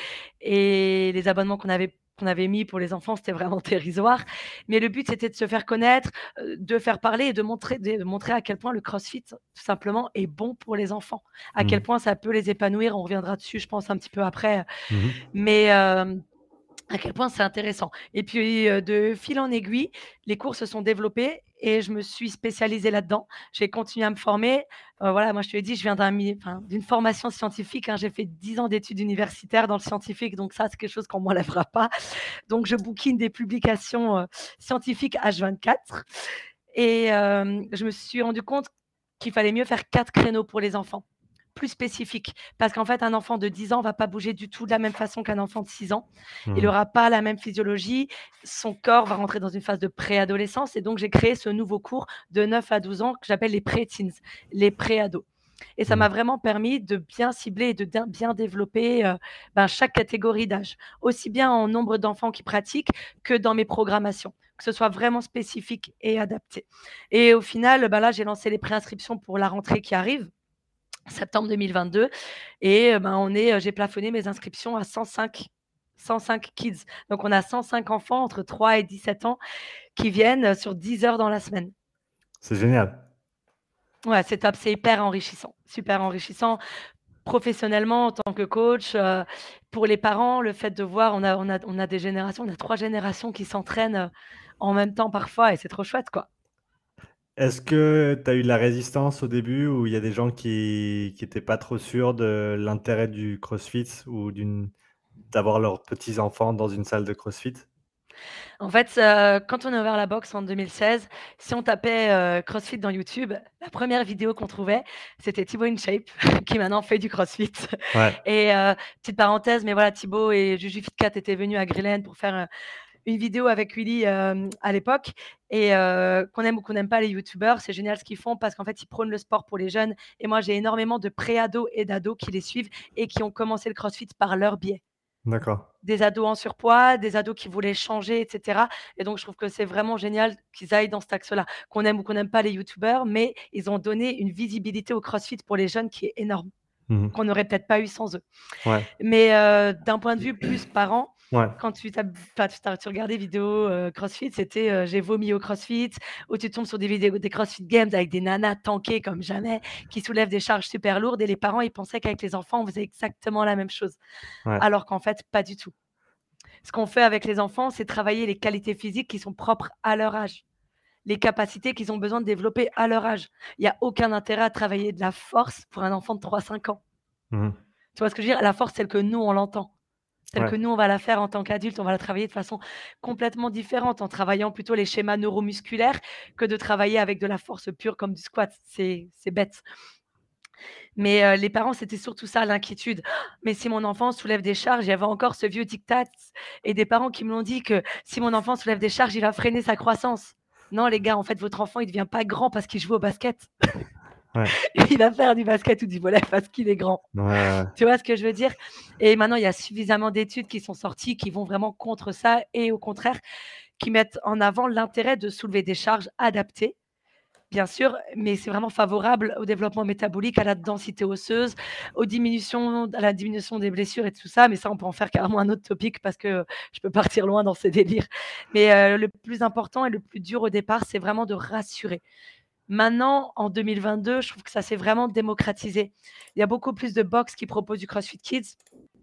et les abonnements qu'on avait qu'on avait mis pour les enfants, c'était vraiment dérisoire. Mais le but, c'était de se faire connaître, heu, de faire parler et de montrer de montrer à quel point le CrossFit, tout simplement, est bon pour les enfants. À Mmh quel mh. point ça peut les épanouir. On reviendra dessus, je pense, un petit peu après, Mmh mh. mais hem à quel point c'est intéressant et puis, heu, de fil en aiguille, les cours se sont développés et je me suis spécialisée là-dedans. J'ai continué à me former. Heu, voilà, moi je te l'ai dit, je viens d'un mi enfin, d'une formation scientifique, hein. J'ai fait dix ans d'études universitaires dans le scientifique, donc ça, c'est quelque chose qu'on m'enlèvera pas. Donc je bouquine des publications, heu, scientifiques H vingt-quatre et hem, je me suis rendu compte qu'il fallait mieux faire quatre créneaux pour les enfants, plus spécifiques. Parce qu'en fait, un enfant de dix ans va pas bouger du tout de la même façon qu'un enfant de six ans. Il Mmh mh. aura pas la même physiologie, son corps va rentrer dans une phase de préadolescence et donc j'ai créé ce nouveau cours de neuf à douze ans que j'appelle les pré-teens, les pré-ados. Et ça Mmh. m'a vraiment permis de bien cibler et de din bien développer, heu, ben, chaque catégorie d'âge, aussi bien en nombre d'enfants qui pratiquent que dans mes programmations, que ce soit vraiment spécifique et adapté. Et au final, bah, là, j'ai lancé les préinscriptions pour la rentrée qui arrive, septembre deux mille vingt-deux et heu, ben, on est, heu, j'ai plafonné mes inscriptions à cent cinq cent cinq kids. Donc on a cent cinq enfants entre trois et dix-sept ans qui viennent, heu, sur dix heures dans la semaine. C'est génial. Ouais, c'est top, c'est hyper enrichissant, super enrichissant. Professionnellement, en tant que coach, heu, pour les parents, le fait de voir on a on a on a des générations, on a trois générations qui s'entraînent, heu, en même temps parfois et c'est trop chouette, quoi. Est-ce que tu as eu de la résistance au début ou il y a des gens qui qui étaient pas trop sûrs de l'intérêt du CrossFit ou d'une d'avoir leurs petits enfants dans une salle de CrossFit? En fait, heu, quand on a ouvert la boxe en deux mille seize, si on tapait, heu, CrossFit dans YouTube, la première vidéo qu'on trouvait, c'était Thibaut InShape qui maintenant fait du CrossFit Ouais. et heu, petite parenthèse, mais voilà, Thibaut et Juju Fitcat étaient venus à Grillen pour faire, une vidéo avec Willy, hem, à l'époque et heu, qu'on aime ou qu'on n'aime pas les youtubeurs, c'est génial ce qu'ils font parce qu'en fait, ils prônent le sport pour les jeunes et moi, j'ai énormément de pré-ados et d'ados qui les suivent et qui ont commencé le CrossFit par leur biais. D'accord. Des ados en surpoids, des ados qui voulaient changer et cetera et donc je trouve que c'est vraiment génial qu'ils aillent dans cet axe-là. Qu'on aime ou qu'on n'aime pas les youtubeurs, mais ils ont donné une visibilité au CrossFit pour les jeunes qui est énorme, Mmh mh. qu'on n'aurait peut-être pas eu sans eux. Ouais. Mais heu, d'un point de vue plus parent, Ouais. quand tu tapes enfin, tu tu regardes des vidéos, heu, CrossFit, c'était, heu, j'ai vomi au CrossFit ou tu tombes sur des vidéos des CrossFit Games avec des nanas tankées comme jamais, qui soulèvent des charges super lourdes et les parents, ils pensaient qu'avec les enfants, on faisait exactement la même chose. Ouais. Alors qu'en fait, pas du tout. Ce qu'on fait avec les enfants, c'est travailler les qualités physiques qui sont propres à leur âge, les capacités qu'ils ont besoin de développer à leur âge. Il y a aucun intérêt à travailler de la force pour un enfant de trois cinq ans. Mmh mh. Tu vois ce que je veux dire? La force telle que nous, on l'entend, telle que Ouais. nous, on va la faire en tant qu'adulte, on va la travailler de façon complètement différente, en travaillant plutôt les schémas neuromusculaires que de travailler avec de la force pure comme du squat. C'est c'est bête. Mais heu, les parents, c'était surtout ça l'inquiétude. «Mais si mon enfant soulève des charges», il y avait encore ce vieux diktat et des parents qui me l'ont dit que: «Si mon enfant soulève des charges, il va freiner sa croissance». Non les gars, en fait, votre enfant, il devient pas grand parce qu'il joue au basket. Ouais. Il va faire du basket ou du volley parce qu'il est grand. Ouais, ouais, ouais. Tu vois ce que je veux dire? Et maintenant, il y a suffisamment d'études qui sont sorties, qui vont vraiment contre ça et au contraire, qui mettent en avant l'intérêt de soulever des charges adaptées, bien sûr, mais c'est vraiment favorable au développement métabolique, à la densité osseuse, aux diminutions à la diminution des blessures et tout ça, mais ça, on peut en faire carrément un autre topic parce que je peux partir loin dans ces délires. Mais heu, le plus important et le plus dur au départ, c'est vraiment de rassurer. Maintenant, en deux mille vingt-deux, je trouve que ça s'est vraiment démocratisé. Il y a beaucoup plus de box qui proposent du CrossFit Kids.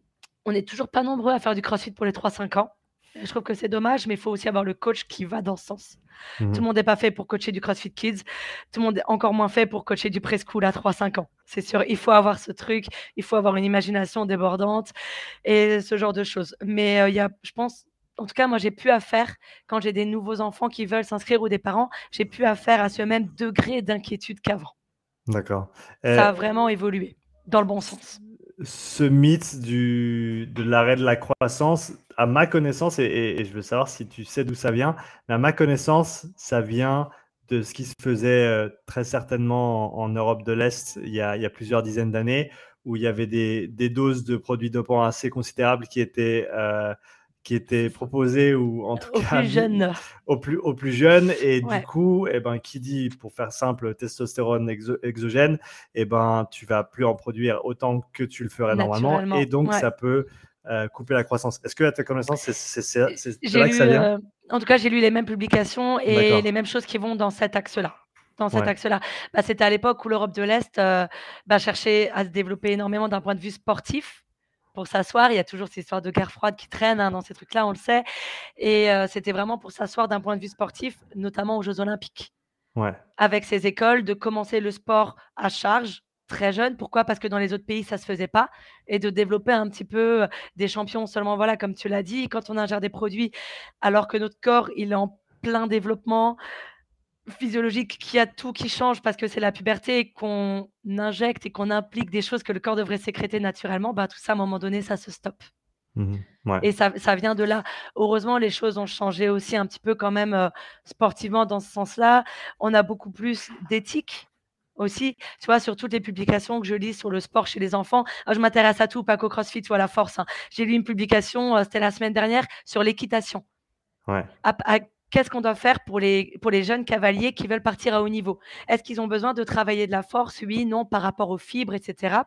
On n'est toujours pas nombreux à faire du CrossFit pour les trois cinq ans. Je trouve que c'est dommage, mais il faut aussi avoir le coach qui va dans ce sens. Mmh Tout mh. le monde n'est pas fait pour coacher du CrossFit Kids. Tout le monde est encore moins fait pour coacher du preschool à trois cinq ans. C'est sûr, il faut avoir ce truc, il faut avoir une imagination débordante et ce genre de choses. Mais heu, il y a je pense en tout cas, moi, j'ai plus affaire quand j'ai des nouveaux enfants qui veulent s'inscrire ou des parents, j'ai plus affaire à ce même degré d'inquiétude qu'avant. D'accord. Ça Et a vraiment évolué dans le bon sens. ce mythe du de l'arrêt de la croissance, à ma connaissance et et et je veux savoir si tu sais d'où ça vient, mais à ma connaissance, ça vient de ce qui se faisait, heu, très certainement en en Europe de l'Est il y a il y a plusieurs dizaines d'années, où il y avait des des doses de produits dopants assez considérables qui étaient, heu, qui étaient proposées ou en tout Aux cas plus mis jeunes. aux plus aux plus jeunes et du Ouais, coup et ben, qui dit, pour faire simple, testostérone exo exogène et ben, tu vas plus en produire autant que tu le ferais normalement et naturellement, donc ouais. ça peut, heu, couper la croissance. Est-ce que à ta connaissance, c'est c'est c'est c'est de J'ai là que lu, ça vient? heu, en tout cas, j'ai lu les mêmes publications et D'accord. les mêmes choses qui vont dans cet axe-là dans cet Ouais. axe-là. Bah, c'était à l'époque où l'Europe de l'Est, heu, bah, cherchait à se développer énormément d'un point de vue sportif. Pour s'asseoir, il y a toujours ces histoires de guerre froide qui traînent, hein, dans ces trucs-là, on le sait et heu, c'était vraiment pour s'asseoir d'un point de vue sportif, notamment aux jeux olympiques. Ouais. Avec ces écoles, de commencer le sport à charge, très jeune. Pourquoi? Parce que dans les autres pays, ça se faisait pas et de développer un petit peu, heu, des champions seulement voilà, comme tu l'as dit, quand on ingère des produits alors que notre corps, il est en plein développement physiologique, qu'il y a tout qui change parce que c'est la puberté, qu'on injecte et qu'on implique des choses que le corps devrait sécréter naturellement, bah, tout ça, à un moment donné, ça se stoppe Mmh mh. Ouais. et ça ça vient de là. Heureusement, les choses ont changé aussi un petit peu quand même, heu, sportivement dans ce sens-là. On a beaucoup plus d'éthique aussi, tu vois? Sur toutes les publications que je lis sur le sport chez les enfants. Ah, je m'intéresse à tout, pas qu'au CrossFit ou à la force, hein. J'ai lu une publication, heu, c'était la semaine dernière, sur l'équitation. Ouais. Ap à Qu'est-ce qu'on doit faire pour les pour les jeunes cavaliers qui veulent partir à haut niveau? Est-ce qu'ils ont besoin de travailler de la force? Oui, non, par rapport aux fibres et cetera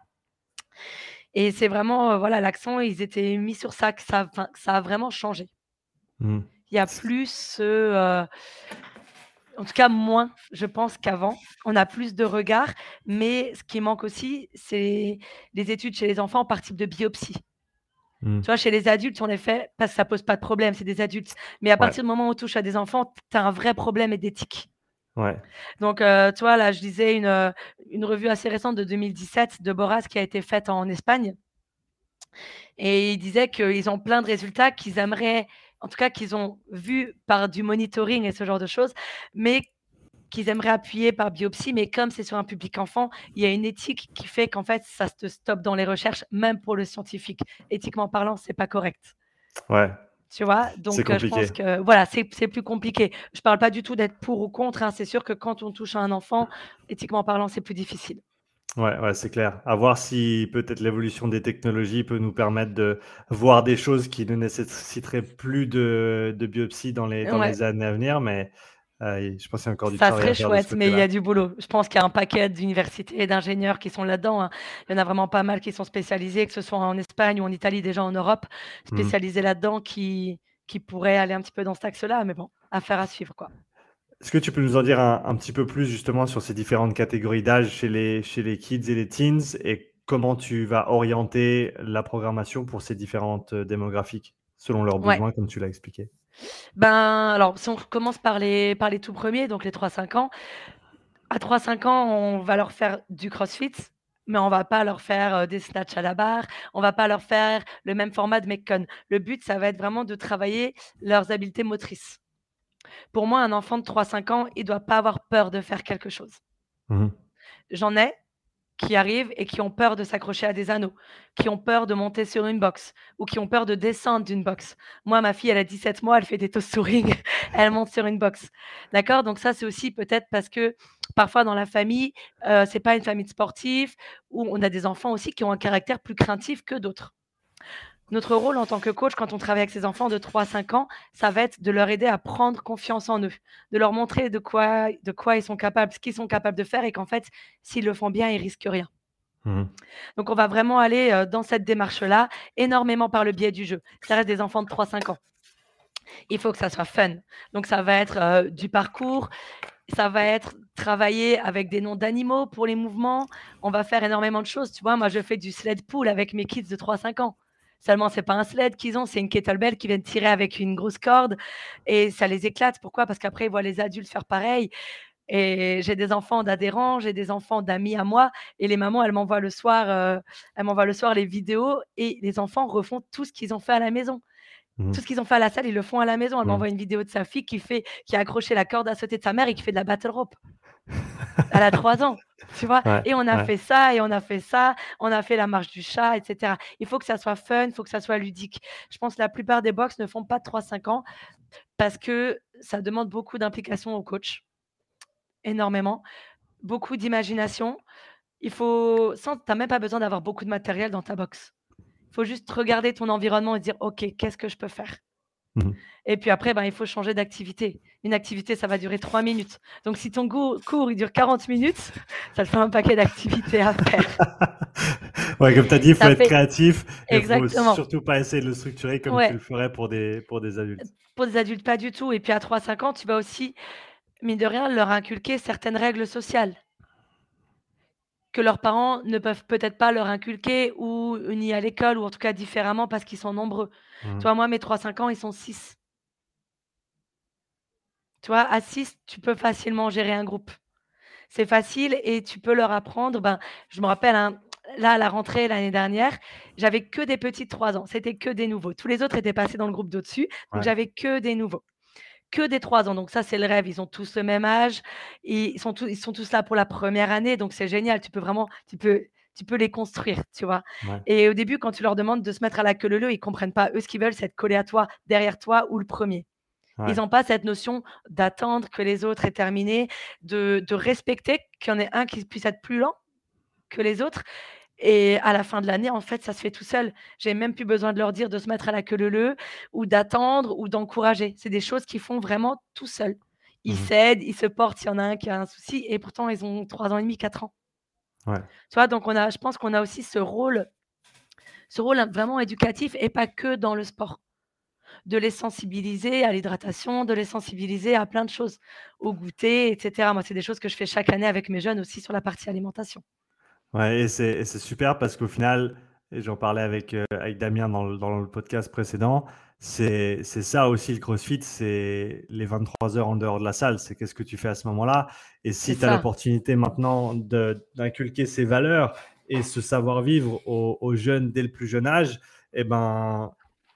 et c'est vraiment, heu, voilà, l'accent, ils étaient mis sur ça, que ça enfin, que ça a vraiment changé. Mmh. Il y a plus ce, heu, en tout cas moins, je pense qu'avant. On a plus de regard, mais ce qui manque aussi, c'est les études chez les enfants par type de biopsie. Mmh. Tu vois, chez les adultes, on les fait parce que ça pose pas de problème, c'est des adultes. Mais à Ouais. partir du moment où on touche à des enfants, tu as un vrai problème et d'éthique. Ouais. Donc, heu, tu vois, là, je lisais une, heu, une revue assez récente de deux mille dix-sept de Boras qui a été faite en Espagne et ils disaient qu'ils ont plein de résultats qu'ils aimeraient en tout cas qu'ils ont vus par du monitoring et ce genre de choses, mais qu'ils aimeraient appuyer par biopsie. Mais comme c'est sur un public enfant, il y a une éthique qui fait qu'en fait, ça te stoppe dans les recherches, même pour le scientifique. Éthiquement parlant, c'est pas correct. Ouais. Tu vois? C'est Donc heu, je pense compliqué. que voilà, c'est c'est plus compliqué. Je parle pas du tout d'être pour ou contre, hein. C'est sûr que quand on touche à un enfant, éthiquement parlant, c'est plus difficile. Ouais, ouais, c'est clair. À voir si peut-être l'évolution des technologies peut nous permettre de voir des choses qui ne nécessiteraient plus de de biopsie dans les dans Ouais, les années à venir, mais heu, je pense qu'il y a encore du ça travail serait à faire de ce chouette, mais il y côté-là. a du boulot. Je pense qu'il y a un paquet d'universités et d'ingénieurs qui sont là-dedans, hein. Il y en a vraiment pas mal qui sont spécialisés, que ce soit en Espagne ou en Italie, déjà en Europe, Mmh. spécialisés là-dedans, qui qui pourraient aller un petit peu dans cet axe-là, mais bon, affaire à suivre, quoi. Est-ce que tu peux nous en dire un un petit peu plus justement sur ces différentes catégories d'âge chez les chez les kids et les teens et comment tu vas orienter la programmation pour ces différentes, heu, démographiques, selon leurs Ouais. besoins comme tu l'as expliqué? Ben, alors si on commence par les par les tout premiers, donc les trois cinq ans. À trois cinq ans, on va leur faire du crossfit, mais on va pas leur faire, heu, des snatchs à la barre, on va pas leur faire le même format de Metcon. Le but, ça va être vraiment de travailler leurs habiletés motrices. Pour moi, un enfant de trois cinq ans, il doit pas avoir peur de faire quelque chose. Mmh mh. J'en ai qui arrivent et qui ont peur de s'accrocher à des anneaux, qui ont peur de monter sur une box ou qui ont peur de descendre d'une box. Moi, ma fille, elle a dix-sept mois, elle fait des toast touring, elle monte sur une box. D'accord? Donc ça, c'est aussi peut-être parce que parfois dans la famille, heu, c'est pas une famille de sportifs ou on a des enfants aussi qui ont un caractère plus craintif que d'autres. Notre rôle en tant que coach, quand on travaille avec ces enfants de trois cinq ans, ça va être de leur aider à prendre confiance en eux, de leur montrer de quoi de quoi ils sont capables, ce qu'ils sont capables de faire et qu'en fait, s'ils le font bien, ils risquent rien. Mmh. Donc on va vraiment aller, heu, dans cette démarche-là, énormément par le biais du jeu. Ça reste des enfants de trois cinq ans. Il faut que ça soit fun. Donc ça va être, heu, du parcours, ça va être travailler avec des noms d'animaux pour les mouvements. On va faire énormément de choses. Tu vois, moi, je fais du sled pull avec mes kids de trois cinq ans. Seulement, c'est pas un sled qu'ils ont, c'est une kettlebell qu'ils viennent tirer avec une grosse corde et ça les éclate. Pourquoi? Parce qu'après, ils voient les adultes faire pareil et j'ai des enfants d'adhérents, j'ai des enfants d'amis à moi et les mamans, elles m'envoient le soir, heu, elles m'envoient le soir les vidéos et les enfants refont tout ce qu'ils ont fait à la maison. Mmh. Tout ce qu'ils ont fait à la salle, ils le font à la maison. Elle Mmh. m'envoie une vidéo de sa fille qui fait qui a accroché la corde à sauter de sa mère et qui fait de la battle rope. Elle a trois ans, tu vois? Ouais, Et on a ouais. fait ça et on a fait ça, on a fait la marche du chat et cetera. Il faut que ça soit fun, il faut que ça soit ludique. Je pense que la plupart des box ne font pas de trois cinq ans parce que ça demande beaucoup d'implication au coach, énormément, beaucoup d'imagination. Il faut sans tu as même pas besoin d'avoir beaucoup de matériel dans ta box. Il faut juste regarder ton environnement et dire: «OK, qu'est-ce que je peux faire?» Mmh mh. Et puis après, ben, il faut changer d'activité. Une activité, ça va durer trois minutes. Donc si ton gour cours, il dure quarante minutes, ça te fait un paquet d'activités à faire. Ouais, comme tu as dit, il faut Ça être fait créatif et il faut exactement. surtout pas essayer de le structurer comme tu Ouais, le ferais pour des pour des adultes. pour des adultes, pas du tout et puis à trois cinq ans, tu vas aussi, mine de rien, leur inculquer certaines règles sociales que leurs parents ne peuvent peut-être pas leur inculquer ou ni à l'école ou en tout cas différemment parce qu'ils sont nombreux. Mmh. Tu vois, moi, mes trois cinq ans, ils sont six. Tu vois, à six, tu peux facilement gérer un groupe. C'est facile et tu peux leur apprendre, ben, je me rappelle, hein, là, à la rentrée l'année dernière, j'avais que des petits de trois ans, c'était que des nouveaux. Tous les autres étaient passés dans le groupe d'au-dessus, donc Ouais. j'avais que des nouveaux, que des trois ans, donc ça, c'est le rêve. Ils ont tous le même âge, ils sont tous ils sont tous là pour la première année, donc c'est génial. Tu peux vraiment tu peux tu peux les construire, tu vois? Ouais. Et au début, quand tu leur demandes de se mettre à la queue leu leu, ils comprennent pas. Eux, ce qu'ils veulent, c'est être collés à toi, derrière toi ou le premier. Ils Ouais. ont pas cette notion d'attendre que les autres aient terminé, de de respecter qu'il y en ait un qui puisse être plus lent que les autres et à la fin de l'année, en fait, ça se fait tout seul. J'ai même plus besoin de leur dire de se mettre à la queue leu leu ou d'attendre ou d'encourager. C'est des choses qu'ils font vraiment tout seuls. Ils Mmh mh. s'aident, ils se portent s'il y en a un qui a un souci et pourtant ils ont trois ans et demi, quatre ans. Ouais. Tu vois? Donc on a je pense qu'on a aussi ce rôle ce rôle vraiment éducatif et pas que dans le sport. De les sensibiliser à l'hydratation, de les sensibiliser à plein de choses, au goûter et cetera. Moi, c'est des choses que je fais chaque année avec mes jeunes aussi sur la partie alimentation. Ouais et c'est et c'est super parce qu'au final et j'en parlais avec, heu, avec Damien dans le dans le podcast précédent, c'est c'est ça aussi le CrossFit, c'est les vingt-trois heures en dehors de la salle. C'est qu'est-ce que tu fais à ce moment-là? Et C'est si tu as ça. l'opportunité maintenant de d'inculquer ces valeurs et ce savoir-vivre aux aux jeunes dès le plus jeune âge et ben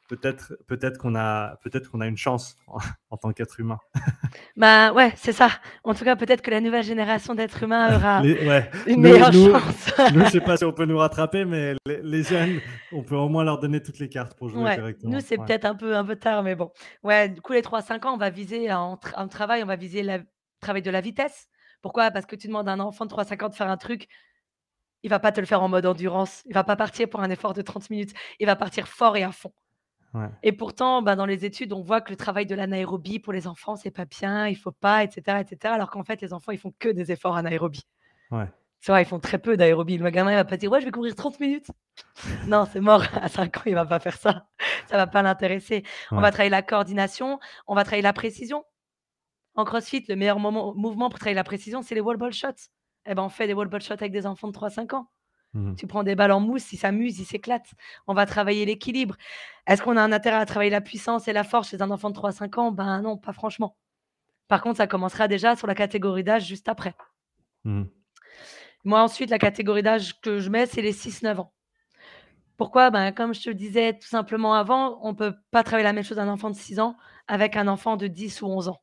peut-être peut-être qu'on a peut-être qu'on a une chance en, en tant qu'être humain. Bah, ouais, c'est ça. En tout cas, peut-être que la nouvelle génération d'êtres humains aura Les, ouais. une Nous, meilleure nous, chance. nous, je sais pas si on peut nous rattraper, mais les, les jeunes, on peut au moins leur donner toutes les cartes pour jouer Ouais, nous, correctement. c'est Ouais. peut-être un peu un peu tard, mais bon. Ouais, du coup, les trois cinq ans, on va viser en tra en travail, on va viser la travail de la vitesse. Pourquoi? Parce que tu demandes à un enfant de trois cinq ans de faire un truc, il va pas te le faire en mode endurance. Il va pas partir pour un effort de trente minutes. Il va partir fort et à fond. Ouais. Et pourtant, bah, dans les études, on voit que le travail de l'anaérobie pour les enfants, c'est pas bien, il faut pas, et cetera, et cetera. Alors qu'en fait, les enfants, ils font que des efforts anaérobie. Ouais. Tu vois, ils font très peu d'aérobie. Le gamin, il va pas dire: «Ouais, je vais courir trente minutes». Non, c'est mort. À cinq ans, il va pas faire ça. Ça va pas l'intéresser. On Ouais. va travailler la coordination, on va travailler la précision. En CrossFit, le meilleur moment mouvement pour travailler la précision, c'est les wall ball shots. Eh ben, on fait des wall ball shots avec des enfants de trois cinq ans. Mhm. Tu prends des balles en mousse, ils s'amusent, ils s'éclatent. On va travailler l'équilibre. Est-ce qu'on a un intérêt à travailler la puissance et la force chez un enfant de trois cinq ans? Ben non, pas franchement. Par contre, ça commencera déjà sur la catégorie d'âge juste après. Mhm. Moi, ensuite, la catégorie d'âge que je mets, c'est les six neuf ans. Pourquoi? Ben, comme je te le disais tout simplement avant, on peut pas travailler la même chose d'un enfant de six ans avec un enfant de dix ou onze ans.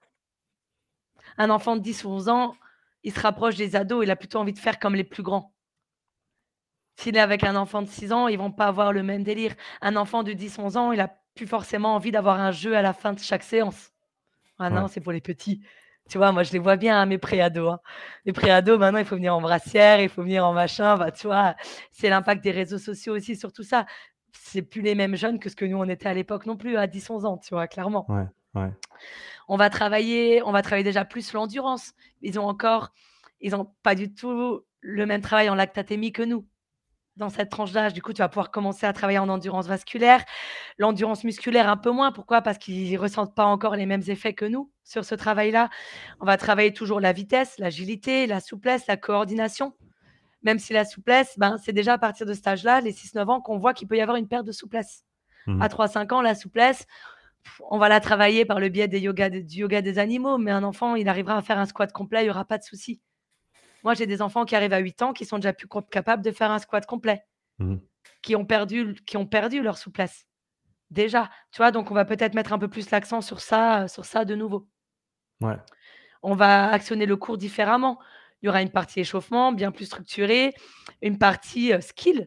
Un enfant de dix ou onze ans, il se rapproche des ados, il a plutôt envie de faire comme les plus grands. S'il est avec un enfant de six ans, ils vont pas avoir le même délire. Un enfant de dix onze ans, il a plus forcément envie d'avoir un jeu à la fin de chaque séance. Ah Ouais. non, c'est pour les petits. Tu vois, moi, je les vois bien, hein, mes préados, hein. Les préados, maintenant, il faut venir en brassière, il faut venir en machin, bah, tu vois? C'est l'impact des réseaux sociaux aussi sur tout ça. C'est plus les mêmes jeunes que ce que nous, on était à l'époque non plus, à dix onze ans, tu vois? Clairement. Ouais. Ouais. On va travailler on va travailler déjà plus l'endurance. Ils ont encore ils ont pas du tout le même travail en lactatémie que nous, dans cette tranche d'âge. Du coup, tu vas pouvoir commencer à travailler en endurance vasculaire. L'endurance musculaire, un peu moins. Pourquoi? Parce qu'ils ressentent pas encore les mêmes effets que nous sur ce travail-là. On va travailler toujours la vitesse, l'agilité, la souplesse, la coordination. Même si la souplesse, ben, c'est déjà à partir de cet âge-là, les six neuf ans, qu'on voit qu'il peut y avoir une perte de souplesse. À Mhm. trois cinq ans, la souplesse, on va la travailler par le biais des yoga du yoga des animaux, mais un enfant, il arrivera à faire un squat complet, il y aura pas de souci. Moi, j'ai des enfants qui arrivent à huit ans, qui sont déjà plus comp capables de faire un squat complet, Mhm. qui ont perdu qui ont perdu leur souplesse. Déjà, tu vois? Donc on va peut-être mettre un peu plus l'accent sur ça, heu, sur ça de nouveau. Ouais. On va actionner le cours différemment. Il y aura une partie échauffement bien plus structurée, une partie, heu, skill.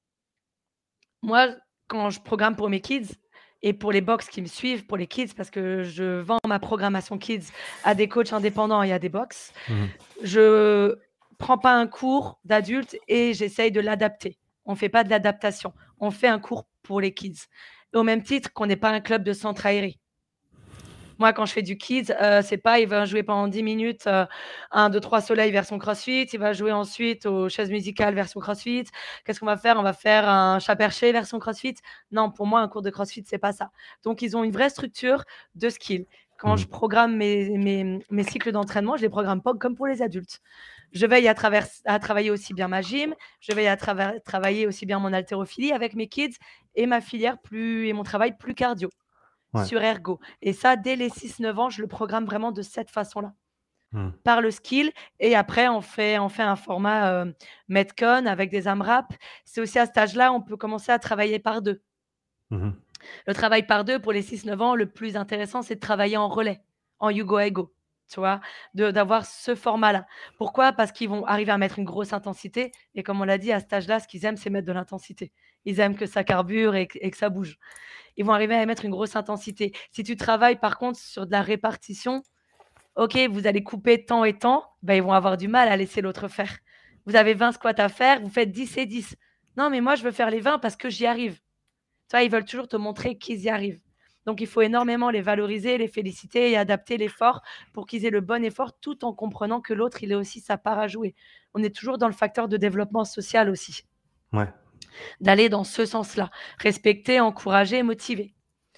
Moi, quand je programme pour mes kids et pour les box qui me suivent, pour les kids, parce que je vends ma programmation kids à des coachs indépendants et à des box, Mhm. je prends pas un cours d'adulte et j'essaye de l'adapter. On fait pas de l'adaptation, on fait un cours pour les kids. Au même titre qu'on n'est pas un club de centre aéré. Moi, quand je fais du kids, heu, c'est pas il va jouer pendant dix minutes, heu, un deux trois soleil version CrossFit, il va jouer ensuite aux chaises musicales version CrossFit. Qu'est-ce qu'on va faire? On va faire un chat perché version CrossFit. Non, pour moi, un cours de CrossFit, c'est pas ça. Donc ils ont une vraie structure de skills. Quand je Mhm. programme mes mes mes cycles d'entraînement, je les programme pas comme pour les adultes. Je veille à travers à travailler aussi bien ma gym, je veille à travers travailler aussi bien mon haltérophilie avec mes kids et ma filière plus et mon travail plus cardio Ouais. sur ergo et ça, dès les six neuf ans, je le programme vraiment de cette façon-là, Mhm. par le skill et après on fait on fait un format, heu, Metcon avec des AMRAP. C'est aussi à cet âge-là, on peut commencer à travailler par deux. Mhm. Le travail par deux pour les six neuf ans, le plus intéressant, c'est de travailler en relais, en you go, I go, tu vois? De d'avoir ce format-là. Pourquoi? Parce qu'ils vont arriver à mettre une grosse intensité et comme on l'a dit, à cet âge-là, ce qu'ils aiment, c'est mettre de l'intensité. Ils aiment que ça carbure et que et que ça bouge. Ils vont arriver à mettre une grosse intensité. Si tu travailles par contre sur de la répartition, OK, vous allez couper temps et temps, bah, ils vont avoir du mal à laisser l'autre faire. Vous avez vingt squats à faire, vous faites dix et dix. Non, mais moi je veux faire les vingt parce que j'y arrive. Tu vois, ils veulent toujours te montrer qu'ils y arrivent. Donc il faut énormément les valoriser, les féliciter et adapter l'effort pour qu'ils aient le bon effort tout en comprenant que l'autre, il a aussi sa part à jouer. On est toujours dans le facteur de développement social aussi, Ouais. d'aller dans ce sens-là, respecter, encourager, motiver.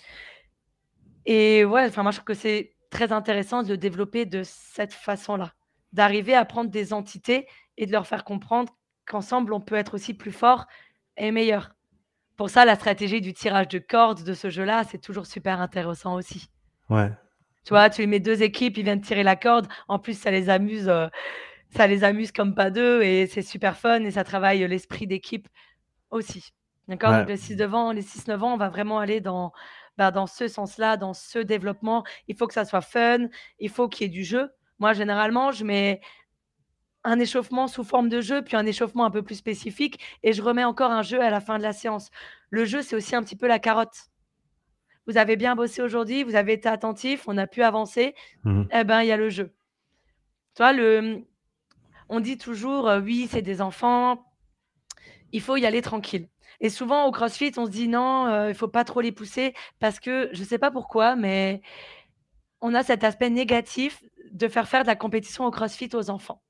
Et ouais, enfin moi je trouve que c'est très intéressant de le développer de cette façon-là, d'arriver à prendre des entités et de leur faire comprendre qu'ensemble on peut être aussi plus fort et meilleur. Pour ça, la stratégie du tirage de cordes de ce jeu-là, c'est toujours super intéressant aussi. Ouais. Tu vois, tu mets deux équipes, ils viennent tirer la corde, en plus ça les amuse, heu, ça les amuse comme pas deux et c'est super fun et ça travaille l'esprit d'équipe aussi. D'accord? Ouais. Donc les six neuf ans les six neuf ans, on va vraiment aller dans, bah, dans ce sens-là, dans ce développement. Il faut que ça soit fun, il faut qu'il y ait du jeu. Moi, généralement, je mets un échauffement sous forme de jeu, puis un échauffement un peu plus spécifique et je remets encore un jeu à la fin de la séance. Le jeu, c'est aussi un petit peu la carotte. Vous avez bien bossé aujourd'hui, vous avez été attentif, on a pu avancer, Mmh. eh ben, il y a le jeu. Tu vois, le, mmh, on dit toujours, heu: «Oui, c'est des enfants, il faut y aller tranquille» et souvent au CrossFit, on se dit: «Non, heu, il faut pas trop les pousser» parce que je sais pas pourquoi, mais on a cet aspect négatif de faire faire de la compétition au CrossFit aux enfants.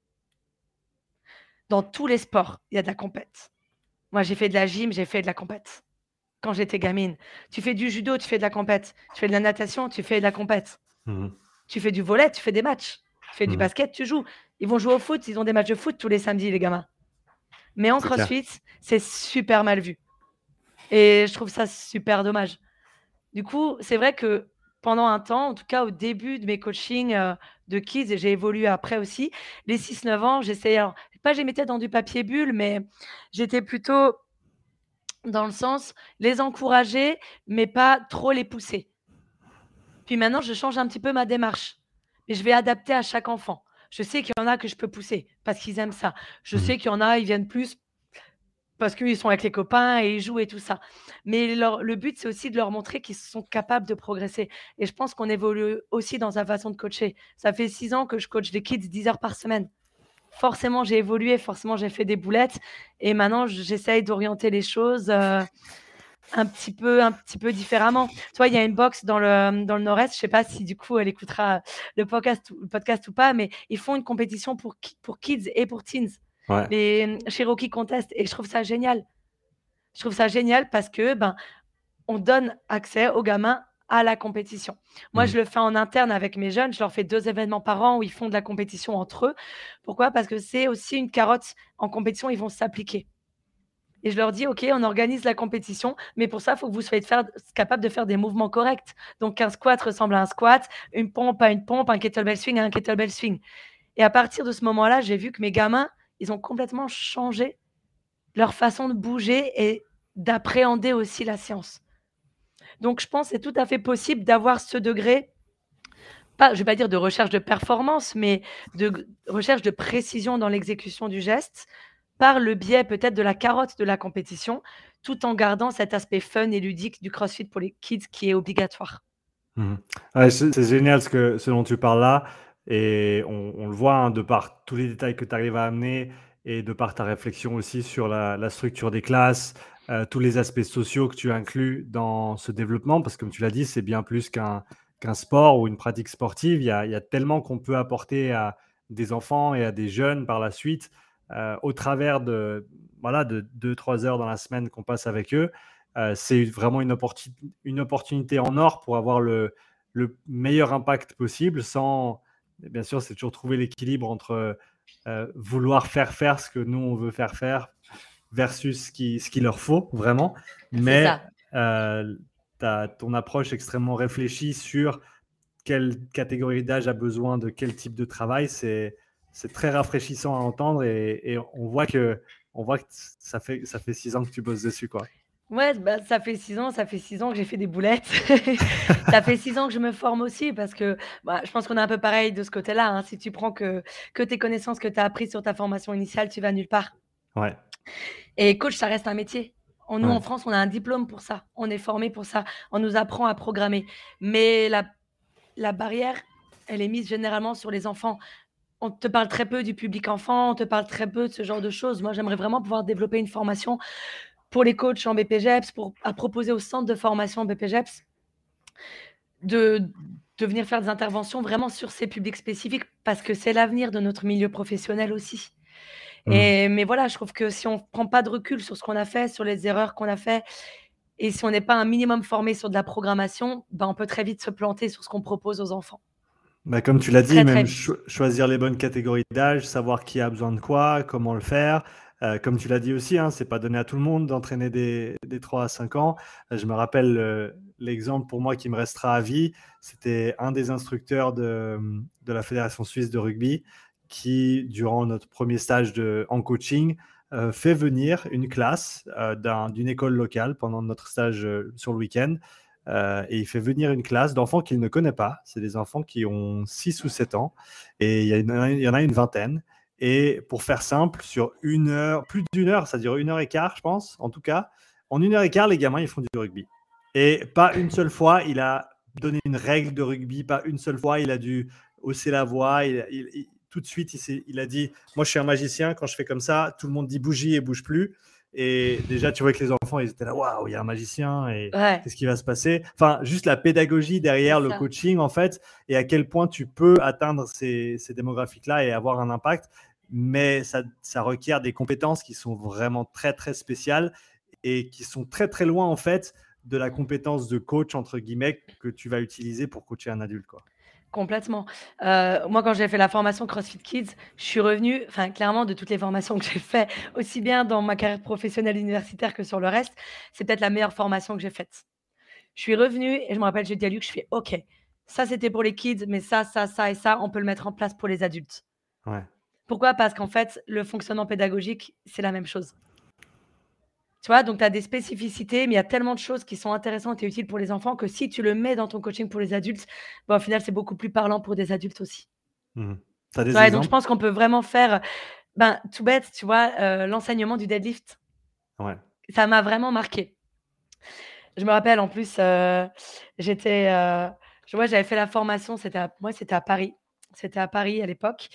Dans tous les sports, il y a de la compète. Moi, j'ai fait de la gym, j'ai fait de la compète quand j'étais gamine. Tu fais du judo, tu fais de la compète. Tu fais de la natation, tu fais de la compète. Mmh. Tu fais du volley, tu fais des matchs. Tu fais du Mmh. basket, tu joues. Ils vont jouer au foot, ils ont des matchs de foot tous les samedis, les gamins. Mais en C'est clair. CrossFit, c'est super mal vu et je trouve ça super dommage. Du coup, c'est vrai que pendant un temps, en tout cas au début de mes coachings, heu, de kids et j'ai évolué après aussi, les six neuf ans, j'essayais alors pas je les mettais dans du papier bulle, mais j'étais plutôt dans le sens, les encourager, mais pas trop les pousser. Puis maintenant, je change un petit peu ma démarche et je vais adapter à chaque enfant. Je sais qu'il y en a que je peux pousser parce qu'ils aiment ça. Je Mmh. sais qu'il y en a, ils viennent plus parce qu'ils sont avec les copains et ils jouent et tout ça. Mais leur le but, c'est aussi de leur montrer qu'ils sont capables de progresser et je pense qu'on évolue aussi dans sa façon de coacher. Ça fait six ans que je coach des kids dix heures par semaine. Forcément, j'ai évolué, forcément, j'ai fait des boulettes et maintenant j'essaye d'orienter les choses, heu un petit peu un petit peu différemment. Tu vois, il y a une box dans le, dans le Nord-Est, je sais pas si du coup elle écoutera le podcast ou le podcast ou pas, mais ils font une compétition pour ki pour kids et pour teens, Ouais. les, mmh, Cherokee Contest et je trouve ça génial. Je trouve ça génial parce que, ben, on donne accès aux gamins à la compétition. Moi, Mmh. je le fais en interne avec mes jeunes, je leur fais deux événements par an où ils font de la compétition entre eux. Pourquoi? Parce que c'est aussi une carotte en compétition, ils vont s'appliquer. Et je leur dis: «OK, on organise la compétition, mais pour ça, il faut que vous soyez faire capable de faire des mouvements corrects. Donc un squat ressemble à un squat, une pompe à une pompe, un kettlebell swing à un kettlebell swing» et à partir de ce moment-là, j'ai vu que mes gamins, ils ont complètement changé leur façon de bouger et d'appréhender aussi la séance. Donc je pense que c'est tout à fait possible d'avoir ce degré, pas je vais pas dire de recherche de performance, mais de g recherche de précision dans l'exécution du geste, par le biais peut-être de la carotte de la compétition, tout en gardant cet aspect fun et ludique du CrossFit pour les kids qui est obligatoire. Mmh. Ouais, c'est c'est génial ce que ce dont tu parles là et on on le voit, hein, de par tous les détails que tu arrives à amener et de par ta réflexion aussi sur la la structure des classes, heu, tous les aspects sociaux que tu inclus dans ce développement. Parce que comme tu l'as dit, c'est bien plus qu'un qu'un sport ou une pratique sportive. Il y a il y a tellement qu'on peut apporter à des enfants et à des jeunes par la suite, heu, au travers de voilà, de deux trois heures dans la semaine qu'on passe avec eux. Heu, c'est vraiment une opportu une opportunité en or pour avoir le le meilleur impact possible sans bien sûr, c'est toujours trouver l'équilibre entre, heu, vouloir faire faire ce que nous on veut faire faire versus ce qui ce qu'il leur faut vraiment. C'est Mais, ça. heu, tu ton approche extrêmement réfléchie sur quelle catégorie d'âge a besoin de quel type de travail, c'est c'est très rafraîchissant à entendre et et on voit que on voit que ça fait ça fait six ans que tu bosses dessus, quoi. Ouais, bah, ça fait six ans ça fait six ans que j'ai fait des boulettes. Ça fait six ans que je me forme aussi parce que, bah, je pense qu'on est un peu pareil de ce côté-là, hein. Si tu prends que que tes connaissances que tu as apprises sur ta formation initiale, tu vas nulle part Ouais, et coach, ça reste un métier. En nous, ouais. en France, on a un diplôme pour ça. On est formé pour ça. On nous apprend à programmer. Mais la la barrière, elle est mise généralement sur les enfants. On te parle très peu du public enfant, on te parle très peu de ce genre de choses. Moi, j'aimerais vraiment pouvoir développer une formation pour les coachs en B P J E P S, pour à proposer aux centres de formation B P J E P S de de venir faire des interventions vraiment sur ces publics spécifiques parce que c'est l'avenir de notre milieu professionnel aussi. Mmh. Et mais voilà, je trouve que si on prend pas de recul sur ce qu'on a fait, sur les erreurs qu'on a fait et si on n'est pas un minimum formé sur de la programmation, ben, on peut très vite se planter sur ce qu'on propose aux enfants. Bah, comme tu l'as dit, Très, très même vite. cho choisir les bonnes catégories d'âge, savoir qui a besoin de quoi, comment le faire. Heu, comme tu l'as dit aussi, hein, c'est pas donné à tout le monde d'entraîner des des trois à cinq ans. Heu, je me rappelle, heu, l'exemple pour moi qui me restera à vie, c'était un des instructeurs de, mmh, de la fédération suisse de rugby qui, durant notre premier stage de en coaching, euh, fait venir une classe euh, d'un- d'une école locale pendant notre stage euh, sur le week-end. Euh, et il fait venir une classe d'enfants qu'il ne connaît pas. C'est des enfants qui ont six ou sept ans. Et il y, a une- il y en a une vingtaine. Et pour faire simple, sur une heure, plus d'une heure, c'est-à-dire une heure et quart, je pense, en tout cas, en une heure et quart, les gamins, ils font du rugby. Et pas une seule fois, il a donné une règle de rugby, pas une seule fois, il a dû hausser la voix. Il, il- il- tout de suite, il, s'est- il a dit, moi, je suis un magicien, quand je fais comme ça, tout le monde dit bougie et bouge plus. Et déjà, tu vois que les enfants, ils étaient là, waouh, il y a un magicien, et Ouais, qu'est-ce qui va se passer? Enfin, juste la pédagogie c'est derrière le ça. coaching, en fait, et à quel point tu peux atteindre ces, ces démographiques-là et avoir un impact. Mais ça, ça requiert des compétences qui sont vraiment très, très spéciales et qui sont très, très loin, en fait, de la compétence de coach, entre guillemets, que tu vas utiliser pour coacher un adulte, quoi. Complètement. Heu, moi, quand j'ai fait la formation CrossFit Kids, je suis revenue enfin, clairement, de toutes les formations que j'ai fait, aussi bien dans ma carrière professionnelle universitaire que sur le reste, c'est peut-être la meilleure formation que j'ai faite. Je suis revenue et je me rappelle, j'ai dit à Luc, je fais: «OK, ça, c'était pour les kids, mais ça, ça, ça et ça, on peut le mettre en place pour les adultes». Ouais. Pourquoi? Parce qu'en fait, le fonctionnement pédagogique, c'est la même chose. Tu vois? Donc tu as des spécificités, mais il y a tellement de choses qui sont intéressantes et utiles pour les enfants que si tu le mets dans ton coaching pour les adultes, bah, au final, c'est beaucoup plus parlant pour des adultes aussi. Mhm. Tu as Tu des vois? Et donc je exemples? pense qu'on peut vraiment faire, ben, tout bête, tu vois? Heu, l'enseignement du deadlift, Ouais. ça m'a vraiment marquée. Je me rappelle en plus, heu, j'étais, heu, je vois, j'avais fait la formation, c'était à moi, c'était à Paris. C'était à Paris à l'époque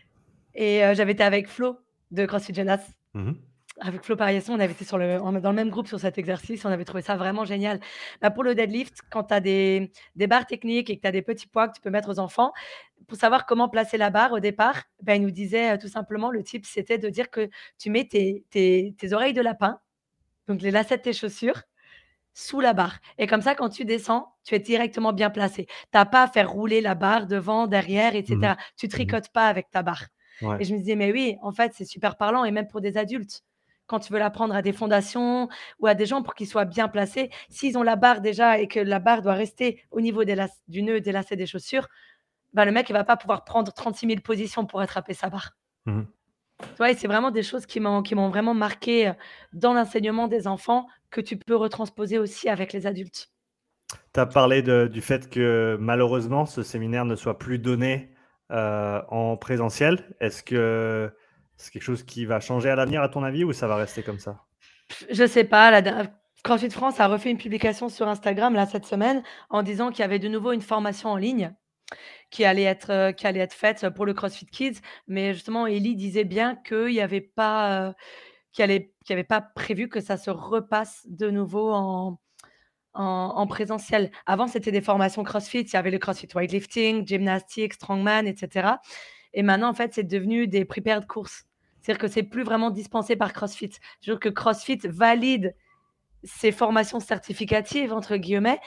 et heu, j'avais été avec Flo de CrossFit Jeunesse. Mhm. Avec Flo Pariasson, on avait été sur le en dans le même groupe sur cet exercice, on avait trouvé ça vraiment génial. Bah, pour le deadlift, quand tu as des des barres techniques et que tu as des petits poids que tu peux mettre aux enfants, pour savoir comment placer la barre au départ, bah, il nous disait, heu, tout simplement, le tip, c'était de dire que tu mets tes tes tes oreilles de lapin, donc les lacets de tes chaussures, sous la barre et comme ça, quand tu descends, tu es directement bien placé. Tu as pas à faire rouler la barre devant, derrière et Mhm. cetera. Tu Mhm. tricotes pas avec ta barre Ouais. et je me disais: «Mais oui, en fait, c'est super parlant et même pour des adultes. Quand tu veux l'apprendre à des fondations ou à des gens pour qu'ils soient bien placés, s'ils ont la barre déjà et que la barre doit rester au niveau des lac du nœud des lacets des chaussures, bah, le mec, il va pas pouvoir prendre trente-six mille positions pour attraper sa barre». Mhm. Tu vois? Et c'est vraiment des choses qui m'ont qui m'ont vraiment marquée, heu, dans l'enseignement des enfants que tu peux retransposer aussi avec les adultes. Tu as parlé de- du fait que malheureusement ce séminaire ne soit plus donné euh, en présentiel. Est-ce que c'est quelque chose qui va changer à l'avenir à ton avis ou ça va rester comme ça? Je sais pas, la der CrossFit France a refait une publication sur Instagram là cette semaine en disant qu'il y avait de nouveau une formation en ligne qui allait être, heu, qui allait être faite pour le CrossFit Kids. Mais justement, Ellie disait bien qu'il y avait pas, heu, qu'il allait qu'il y avait pas prévu que ça se repasse de nouveau en en en présentiel. Avant, c'était des formations CrossFit, il y avait le CrossFit weightlifting, gymnastique, strongman et cetera et maintenant, en fait, c'est devenu des prepared courses. C'est-à-dire que c'est plus vraiment dispensé par CrossFit. C'est-à-dire que CrossFit valide ces formations «certificatives» entre guillemets,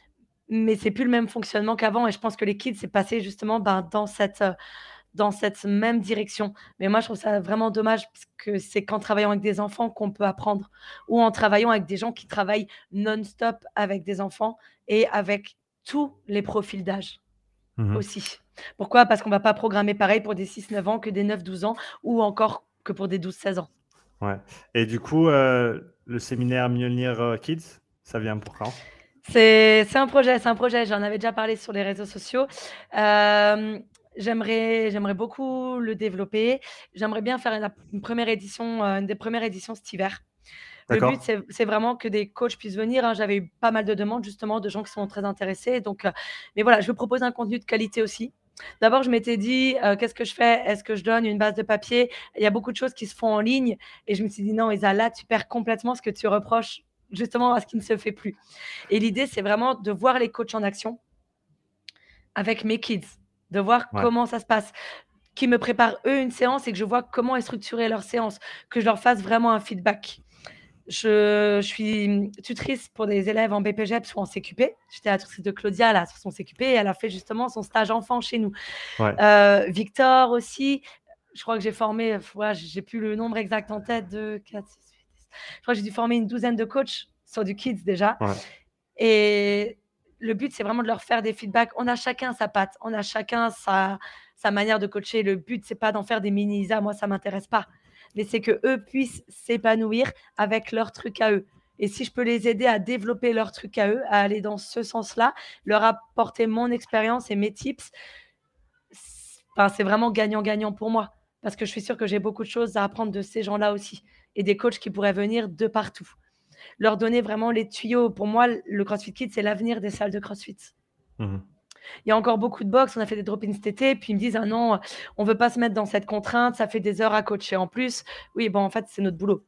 mais c'est plus le même fonctionnement qu'avant et je pense que les kids, c'est passé justement, ben, dans cette, heu, dans cette même direction. Mais moi, je trouve ça vraiment dommage parce que c'est qu'en travaillant avec des enfants qu'on peut apprendre ou en travaillant avec des gens qui travaillent non-stop avec des enfants et avec tous les profils d'âge Mhm. aussi. Pourquoi? Parce qu'on va pas programmer pareil pour des six neuf ans que des neuf douze ans ou encore que pour des douze seize ans. Ouais. Et du coup, euh, le séminaire Mjolnir euh, Kids, ça vient pour quand? C'est c'est un projet, c'est un projet. J'en avais déjà parlé sur les réseaux sociaux. Hem, j'aimerais j'aimerais beaucoup le développer. J'aimerais bien faire la une première édition, heu, une des premières éditions cet hiver. Le but, D'accord? c'est c'est vraiment que des coachs puissent venir, hein. J'avais eu pas mal de demandes justement de gens qui sont très intéressés donc heu, mais voilà, je veux proposer un contenu de qualité aussi. D'abord, je m'étais dit, heu: «Qu'est-ce que je fais? Est-ce que je donne une base de papier?» Il y a beaucoup de choses qui se font en ligne et je me suis dit: «Non Isa, là, tu perds complètement ce que tu reproches justement à ce qui ne se fait plus». Et l'idée, c'est vraiment de voir les coachs en action avec mes kids, de voir Ouais. comment ça se passe, qu'ils me préparent eux une séance et que je vois comment est structurée leur séance, que je leur fasse vraiment un feedback. Je je suis, mmh, tutrice pour des élèves en B P J E P S ou en C Q P. J'étais la tutrice de Claudia là sur son C Q P et elle a fait justement son stage enfant chez nous. Ouais. Heu, Victor aussi, je crois que j'ai formé, f ouais, j'ai plus le nombre exact en tête, deux, quatre, six, huit, dix. Je crois que j'ai dû former une douzaine de coachs sur du kids déjà Ouais. et le but, c'est vraiment de leur faire des feedbacks. On a chacun sa patte, on a chacun sa sa manière de coacher. Le but, c'est pas d'en faire des mini Isa, moi ça m'intéresse pas. mais c'est qu'eux puissent s'épanouir avec leurs trucs à eux. Et si je peux les aider à développer leurs trucs à eux, à aller dans ce sens-là, leur apporter mon expérience et mes tips, c- enfin, c'est vraiment gagnant-gagnant pour moi. Parce que je suis sûre que j'ai beaucoup de choses à apprendre de ces gens-là aussi. Et des coachs qui pourraient venir de partout. Leur donner vraiment les tuyaux. Pour moi, le CrossFit Kids, c'est l'avenir des salles de CrossFit. Mhm. Il y a encore beaucoup de box, on a fait des drop-ins cet été, puis ils me disent: «Ah non, on veut pas se mettre dans cette contrainte, ça fait des heures à coacher en plus». Oui, bon, en fait, c'est notre boulot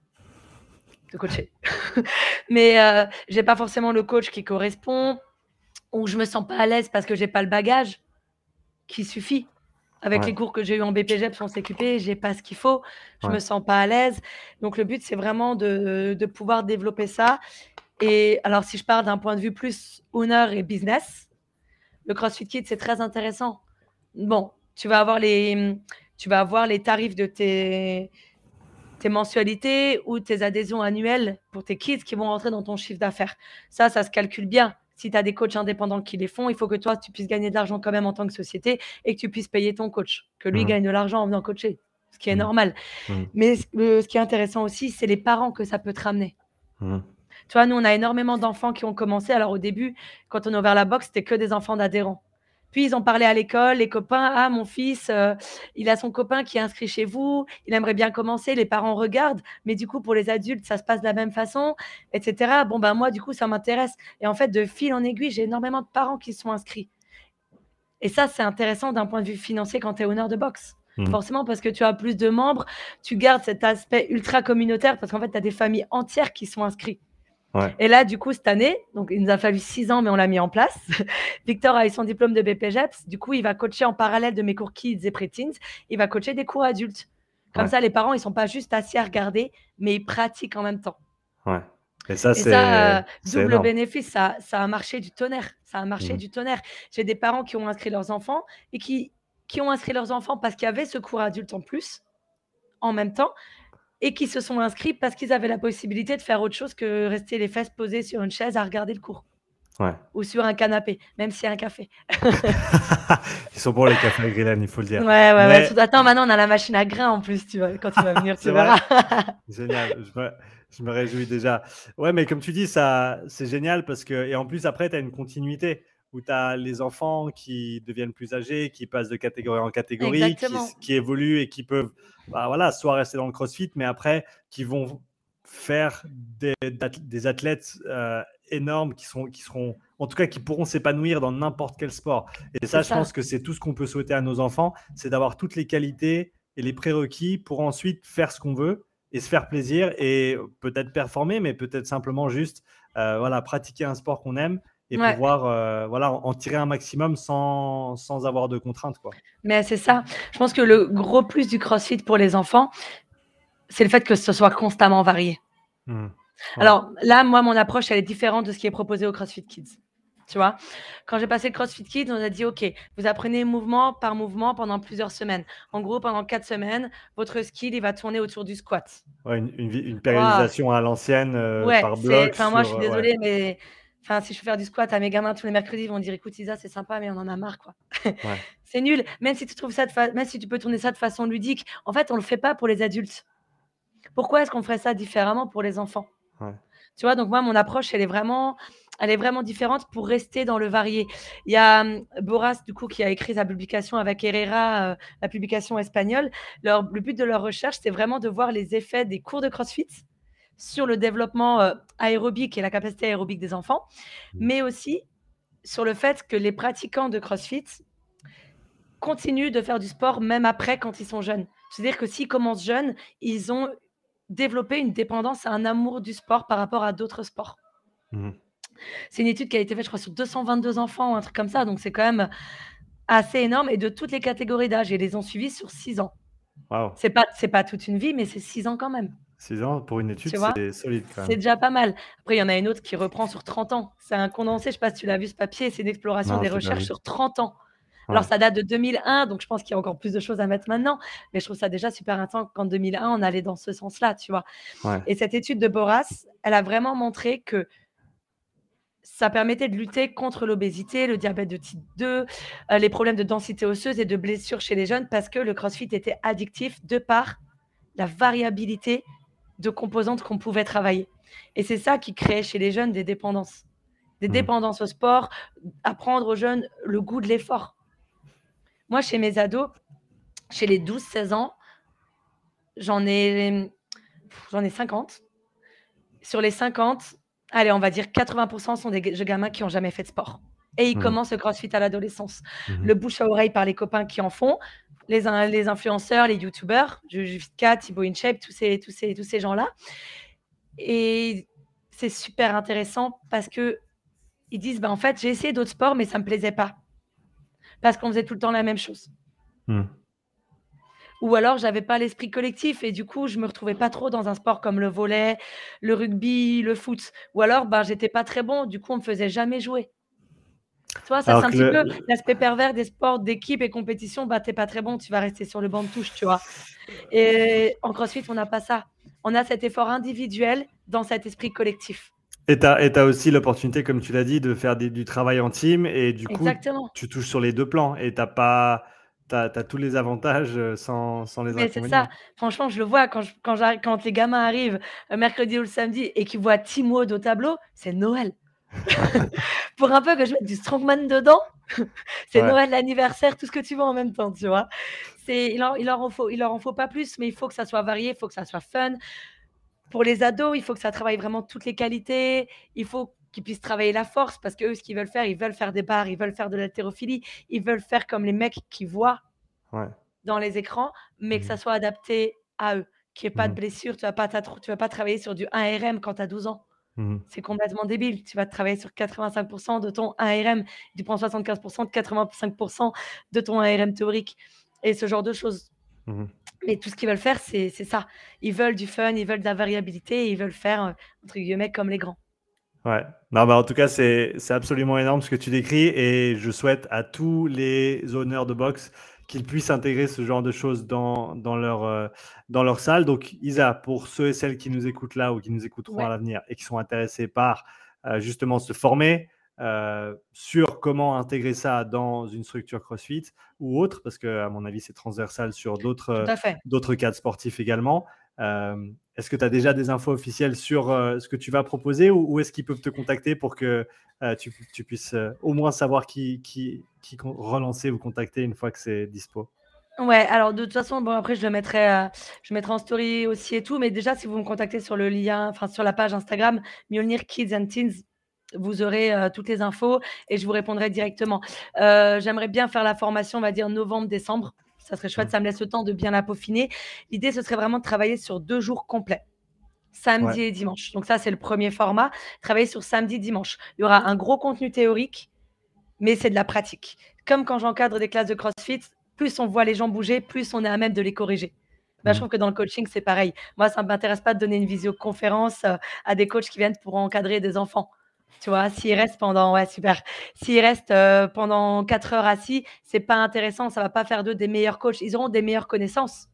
de coacher. Mais heu, j'ai pas forcément le coach qui correspond, ou je me sens pas à l'aise parce que j'ai pas le bagage qui suffit. Avec les Ouais, cours que j'ai eu en B P J E P S, on s'est occupé, j'ai pas ce qu'il faut, je me ouais. sens pas à l'aise. Donc le but, c'est vraiment de de pouvoir développer ça. Et alors si je parle d'un point de vue plus honneur et business, le CrossFit Kids, c'est très intéressant. Bon, tu vas avoir les, tu vas avoir les tarifs de tes, tes mensualités ou tes adhésions annuelles pour tes kids qui vont rentrer dans ton chiffre d'affaires. Ça, ça se calcule bien. Si tu as des coachs indépendants qui les font, il faut que toi, tu puisses gagner de l'argent quand même en tant que société et que tu puisses payer ton coach, que lui Mhm. gagne de l'argent en venant coacher, ce qui est Mhm. normal. Mhm. Mais ce, le- ce qui est intéressant aussi, c'est les parents que ça peut te ramener. Mhm. Tu vois, nous, on a énormément d'enfants qui ont commencé. Alors, au début, quand on a ouvert la box, c'était que des enfants d'adhérents. Puis, ils ont parlé à l'école, les copains. Ah, mon fils, euh, il a son copain qui est inscrit chez vous. Il aimerait bien commencer. Les parents regardent. Mais du coup, pour les adultes, ça se passe de la même façon, et cetera. Bon, ben, moi, du coup, ça m'intéresse. Et en fait, de fil en aiguille, j'ai énormément de parents qui sont inscrits. Et ça, c'est intéressant d'un point de vue financier quand tu es honneur de boxe. Mhm. Forcément, parce que tu as plus de membres, tu gardes cet aspect ultra communautaire parce qu'en fait, tu as des familles entières qui sont inscrites. Ouais, Et là, du coup, cette année, donc il nous a fallu six ans, mais on l'a mis en place. Victor a eu son diplôme de B P J E P S. Du coup, il va coacher en parallèle de mes cours kids et pré-teens. Il va coacher des cours adultes. Comme ouais, ça, les parents, ils sont pas juste assis à regarder, mais ils pratiquent en même temps. ouais. Et ça, Et ça, euh, c'est c'est double énorme. bénéfice, ça, ça a marché du tonnerre. Ça a marché Mhm. du tonnerre. J'ai des parents qui ont inscrit leurs enfants et qui, qui ont inscrit leurs enfants parce qu'il y avait ce cours adulte en plus, en même temps, et qui se sont inscrits parce qu'ils avaient la possibilité de faire autre chose que rester les fesses posées sur une chaise à regarder le cours Ouais. ou sur un canapé, même s'il y a un café. Ils sont bons les cafés à Grillen, il faut le dire. Ouais, ouais, ouais. Mais Surtout, attends, maintenant on a la machine à grains en plus, tu vois. Quand tu vas venir, tu c'est verras. vrai, génial. Je me, je me réjouis déjà. Ouais, mais comme tu dis, ça, c'est génial parce que, et en plus, après, tu as une continuité où tu as les enfants qui deviennent plus âgés, qui passent de catégorie en catégorie, qui, Exactement. qui évoluent et qui peuvent, bah, voilà, soit rester dans le CrossFit, mais après, qui vont faire des, des athlètes euh, énormes qui, sont, qui seront, en tout cas, qui pourront s'épanouir dans n'importe quel sport. Et C'est ça, je ça. pense que c'est tout ce qu'on peut souhaiter à nos enfants, c'est d'avoir toutes les qualités et les prérequis pour ensuite faire ce qu'on veut et se faire plaisir et peut-être performer, mais peut-être simplement juste euh, voilà, pratiquer un sport qu'on aime et Ouais. pouvoir euh, voilà, en tirer un maximum sans, sans avoir de contraintes. Quoi. Mais c'est ça. Je pense que le gros plus du CrossFit pour les enfants, c'est le fait que ce soit constamment varié. Mmh. Ouais. Alors là, moi, mon approche, elle est différente de ce qui est proposé au CrossFit Kids. Tu vois, quand j'ai passé le CrossFit Kids, on a dit, OK, vous apprenez mouvement par mouvement pendant plusieurs semaines. En gros, pendant quatre semaines, votre skill, il va tourner autour du squat. Ouais, une, une, une Waouh. périodisation à l'ancienne euh, Ouais, par c'est, bloc enfin, moi, je sur. suis Euh, ouais. désolée, mais enfin, si je veux faire du squat à mes gamins tous les mercredis, ils vont dire, écoute, Isa, c'est sympa, mais on en a marre, quoi. Ouais. C'est nul. Même si tu trouves ça de fa... même si tu peux tourner ça de façon ludique, en fait, on le fait pas pour les adultes. Pourquoi est-ce qu'on ferait ça différemment pour les enfants? Ouais. Tu vois, donc moi, mon approche, elle est vraiment, elle est vraiment différente pour rester dans le varié. Il y a hum, Boras, du coup, qui a écrit sa publication avec Herrera, euh, la publication espagnole. Leur, le but de leur recherche, c'est vraiment de voir les effets des cours de CrossFit sur le développement euh, aérobique et la capacité aérobique des enfants, mais aussi sur le fait que les pratiquants de CrossFit continuent de faire du sport même après quand ils sont jeunes. C'est-à-dire que s'ils commencent jeunes, ils ont développé une dépendance, un amour du sport par rapport à d'autres sports. Mmh. C'est une étude qui a été faite, je crois, sur deux cent vingt-deux enfants ou un truc comme ça, donc c'est quand même assez énorme et de toutes les catégories d'âge. Et ils les ont suivis sur six ans. Waouh. C'est pas, c'est pas toute une vie, mais c'est six ans quand même. six ans pour une étude, Tu vois, c'est solide quand c'est même. déjà pas mal. Après, il y en a une autre qui reprend sur trente ans. C'est un condensé, je sais pas si tu l'as vu ce papier, c'est une exploration Non, des je l'ai pas recherches vu. sur trente ans. Alors, Ouais. ça date de deux mille un, donc je pense qu'il y a encore plus de choses à mettre maintenant, mais je trouve ça déjà super intense qu'en deux mille un, on allait dans ce sens-là, tu vois. Ouais. Et cette étude de Boras, elle a vraiment montré que ça permettait de lutter contre l'obésité, le diabète de type deux, les problèmes de densité osseuse et de blessures chez les jeunes parce que le CrossFit était addictif de par la variabilité de composantes qu'on pouvait travailler. Et c'est ça qui crée chez les jeunes des dépendances. Des Mmh. dépendances au sport, apprendre aux jeunes le goût de l'effort. Moi, chez mes ados, chez les douze seize ans, j'en ai, j'en ai cinquante. Sur les cinquante, allez, on va dire quatre-vingts pour cent sont des g gamins qui ont jamais fait de sport et ils Mmh. commencent le crossfit à l'adolescence. Mmh. Le bouche à oreille par les copains qui en font, les in les influenceurs, les youtubeurs, Jujutkat, Thibaut InShape, tous ces tous ces tous ces gens-là et c'est super intéressant parce qu'ils disent: «Bah, en fait, j'ai essayé d'autres sports, mais ça me plaisait pas» parce qu'on faisait tout le temps la même chose. Mmh. Ou alors j'avais pas l'esprit collectif et du coup, je me retrouvais pas trop dans un sport comme le volley, le rugby, le foot. Ou alors, ben, j'étais pas très bon, du coup, on me faisait jamais jouer. Tu vois, ça, c'est Alors un que petit peu le l'aspect pervers des sports d'équipe et compétition. Bah, tu es pas très bon, tu vas rester sur le banc de touche, tu vois? Et en CrossFit, on n'a pas ça. On a cet effort individuel dans cet esprit collectif. Et tu as et tu as aussi l'opportunité, comme tu l'as dit, de faire des du travail en team et du coup, Exactement. tu touches sur les deux plans et tu as pas tu as tu as tous les avantages, heu, sans sans les Mais c'est ça. inconvénients. Franchement, je le vois quand je quand j'arri quand les gamins arrivent, heu, mercredi ou le samedi et qu'ils voient Team WOD au tableau, c'est Noël. Pour un peu que je mette du strongman dedans, c'est Ouais. Noël, l'anniversaire, tout ce que tu veux en même temps, tu vois? C'est il leur il leur en faut il leur en faut pas plus, mais il faut que ça soit varié, il faut que ça soit fun. Pour les ados, il faut que ça travaille vraiment toutes les qualités. Il faut qu'ils puissent travailler la force parce qu'eux, ce qu'ils veulent faire, ils veulent faire des barres, ils veulent faire de l'haltérophilie, ils veulent faire comme les mecs qu'ils voient Ouais. dans les écrans, mais que ça Mmh. soit adapté à eux, qu'il y ait pas de Mmh. blessures. Tu vas pas t'attr tu vas pas travailler sur du un R M quand tu as douze ans. Mmh. C'est complètement débile. Tu vas travailler sur quatre-vingt-cinq pour cent de ton un R M. Tu prends soixante-quinze pour cent de quatre-vingt-cinq pour cent de ton un R M théorique et ce genre de choses. Mmh. Mais tout ce qu'ils veulent faire, c'est c'est ça. Ils veulent du fun, ils veulent de la variabilité, ils veulent faire, heu, entre guillemets «comme les grands». Ouais. Non, bah, en tout cas, c'est c'est absolument énorme ce que tu décris et je souhaite à tous les owners de boxe qu'ils puissent intégrer ce genre de choses dans dans leur, heu, dans leur salle. Donc Isa, pour ceux et celles qui nous écoutent là ou qui nous écouteront à Ouais, l'avenir et qui sont intéressés par, heu, justement se former, heu, sur comment intégrer ça dans une structure CrossFit ou autre, parce qu'à mon avis, c'est transversal sur d'autres, tout heu, à fait. d'autres cadres sportifs également. Hem, est-ce que tu as déjà des infos officielles sur, heu, ce que tu vas proposer ou où est-ce qu'ils peuvent te contacter pour que, heu, tu tu puisses, heu, au moins savoir qui qui qui con relancer ou contacter une fois que c'est dispo? Ouais, alors de toute façon, bon après je le mettrai, heu, je mettrai en story aussi et tout, mais déjà si vous me contactez sur le lien, enfin sur la page Instagram Mjolnir Kids and Teens, vous aurez, heu, toutes les infos et je vous répondrai directement. Heu, j'aimerais bien faire la formation, on va dire novembre-décembre. Ça serait chouette, Mmh. ça me laisse le temps de bien la peaufiner. L'idée, ce serait vraiment de travailler sur deux jours complets, Ouais. samedi et dimanche. Donc ça, c'est le premier format, travailler sur samedi, dimanche. Il y aura un gros contenu théorique, mais c'est de la pratique. Comme quand j'encadre des classes de CrossFit, plus on voit les gens bouger, plus on est à même de les corriger. Bah, je Mmh. trouve que dans le coaching, c'est pareil. Moi, ça ne m'intéresse pas de donner une visioconférence, heu, à des coachs qui viennent pour encadrer des enfants. Tu vois? S'ils restent pendant ouais, super. S'ils restent, heu, pendant quatre heures assis, c'est pas intéressant, ça va pas faire d'eux des meilleurs coachs. Ils auront des meilleures connaissances,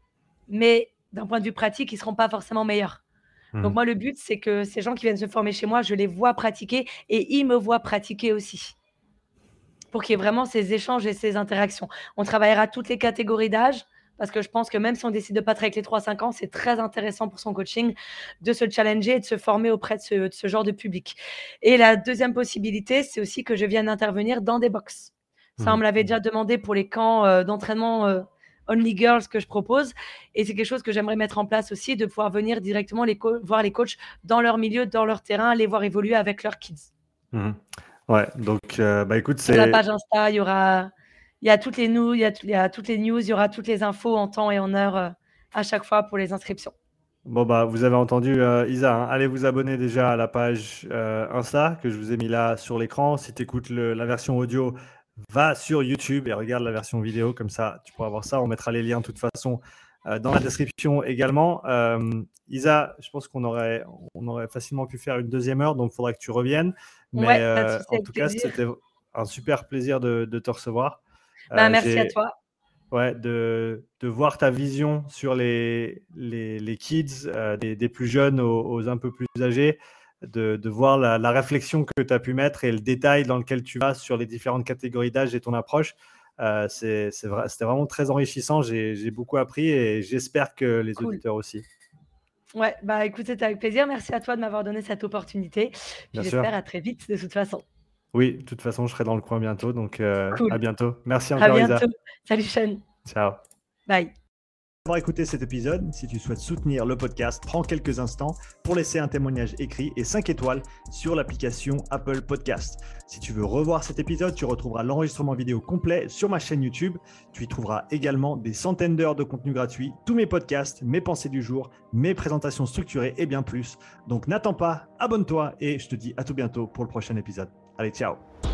mais d'un point de vue pratique, ils seront pas forcément meilleurs. Donc Mmh. moi, le but, c'est que ces gens qui viennent se former chez moi, je les vois pratiquer et ils me voient pratiquer aussi. Pour qu'il y ait vraiment ces échanges et ces interactions. On travaillera toutes les catégories d'âge parce que je pense que même si on décide de pas travailler avec les trois cinq ans, c'est très intéressant pour son coaching de se challenger et de se former auprès de ce de ce genre de public. Et la deuxième possibilité, c'est aussi que je vienne intervenir dans des box. Ça, on Mmh. me l'avait déjà demandé pour les camps, heu, d'entraînement, heu, only girls que je propose et c'est quelque chose que j'aimerais mettre en place aussi, de pouvoir venir directement les co voir les coachs dans leur milieu, dans leur terrain, les voir évoluer avec leurs kids. Mmh. Ouais, donc heu, bah, écoute, Sur la c'est page Insta, il y aura il y a toutes les news il y a il y a toutes les news, il y aura toutes les infos en temps et en heure, heu, à chaque fois pour les inscriptions. bon, bah, vous avez entendu, heu, Isa, hein. Allez vous abonner déjà à la page, heu, Insta que je vous ai mis là sur l'écran. Si tu écoutes le la version audio, va sur YouTube et regarde la version vidéo, comme ça tu pourras voir ça. On mettra les liens de toute façon, heu, dans la description également. Hem, Isa, je pense qu'on aurait on aurait facilement pu faire une deuxième heure, donc il faudra que tu reviennes. Mais, Ouais, pas de heu, souci, en avec tout cas, plaisir. c'était un super plaisir de de te recevoir. Bah, Heu, merci à j'ai toi. Ouais, de de voir ta vision sur les les les kids, heu, des des plus jeunes aux aux un peu plus âgés, de de voir la la réflexion que tu as pu mettre et le détail dans lequel tu vas sur les différentes catégories d'âge et ton approche. Euh, c'est, c'est vrai, c'était vraiment très enrichissant. J'ai, j'ai beaucoup appris et j'espère que les Cool. auditeurs aussi. Ouais, bah écoute, c'était avec plaisir. Merci à toi de m'avoir donné cette opportunité. Puis Bien sûr. j'espère à très vite de toute façon. Oui, de toute façon, je serai dans le coin bientôt. Donc, euh, Cool. à bientôt. Merci À encore, Isa. bientôt. Salut Sean. Ciao. Bye. Pour avoir écouté cet épisode, si tu souhaites soutenir le podcast, prends quelques instants pour laisser un témoignage écrit et cinq étoiles sur l'application Apple Podcast. Si tu veux revoir cet épisode, tu retrouveras l'enregistrement vidéo complet sur ma chaîne YouTube. Tu y trouveras également des centaines d'heures de contenu gratuit, tous mes podcasts, mes pensées du jour, mes présentations structurées et bien plus. Donc n'attends pas, abonne-toi et je te dis à tout bientôt pour le prochain épisode. Allez, ciao!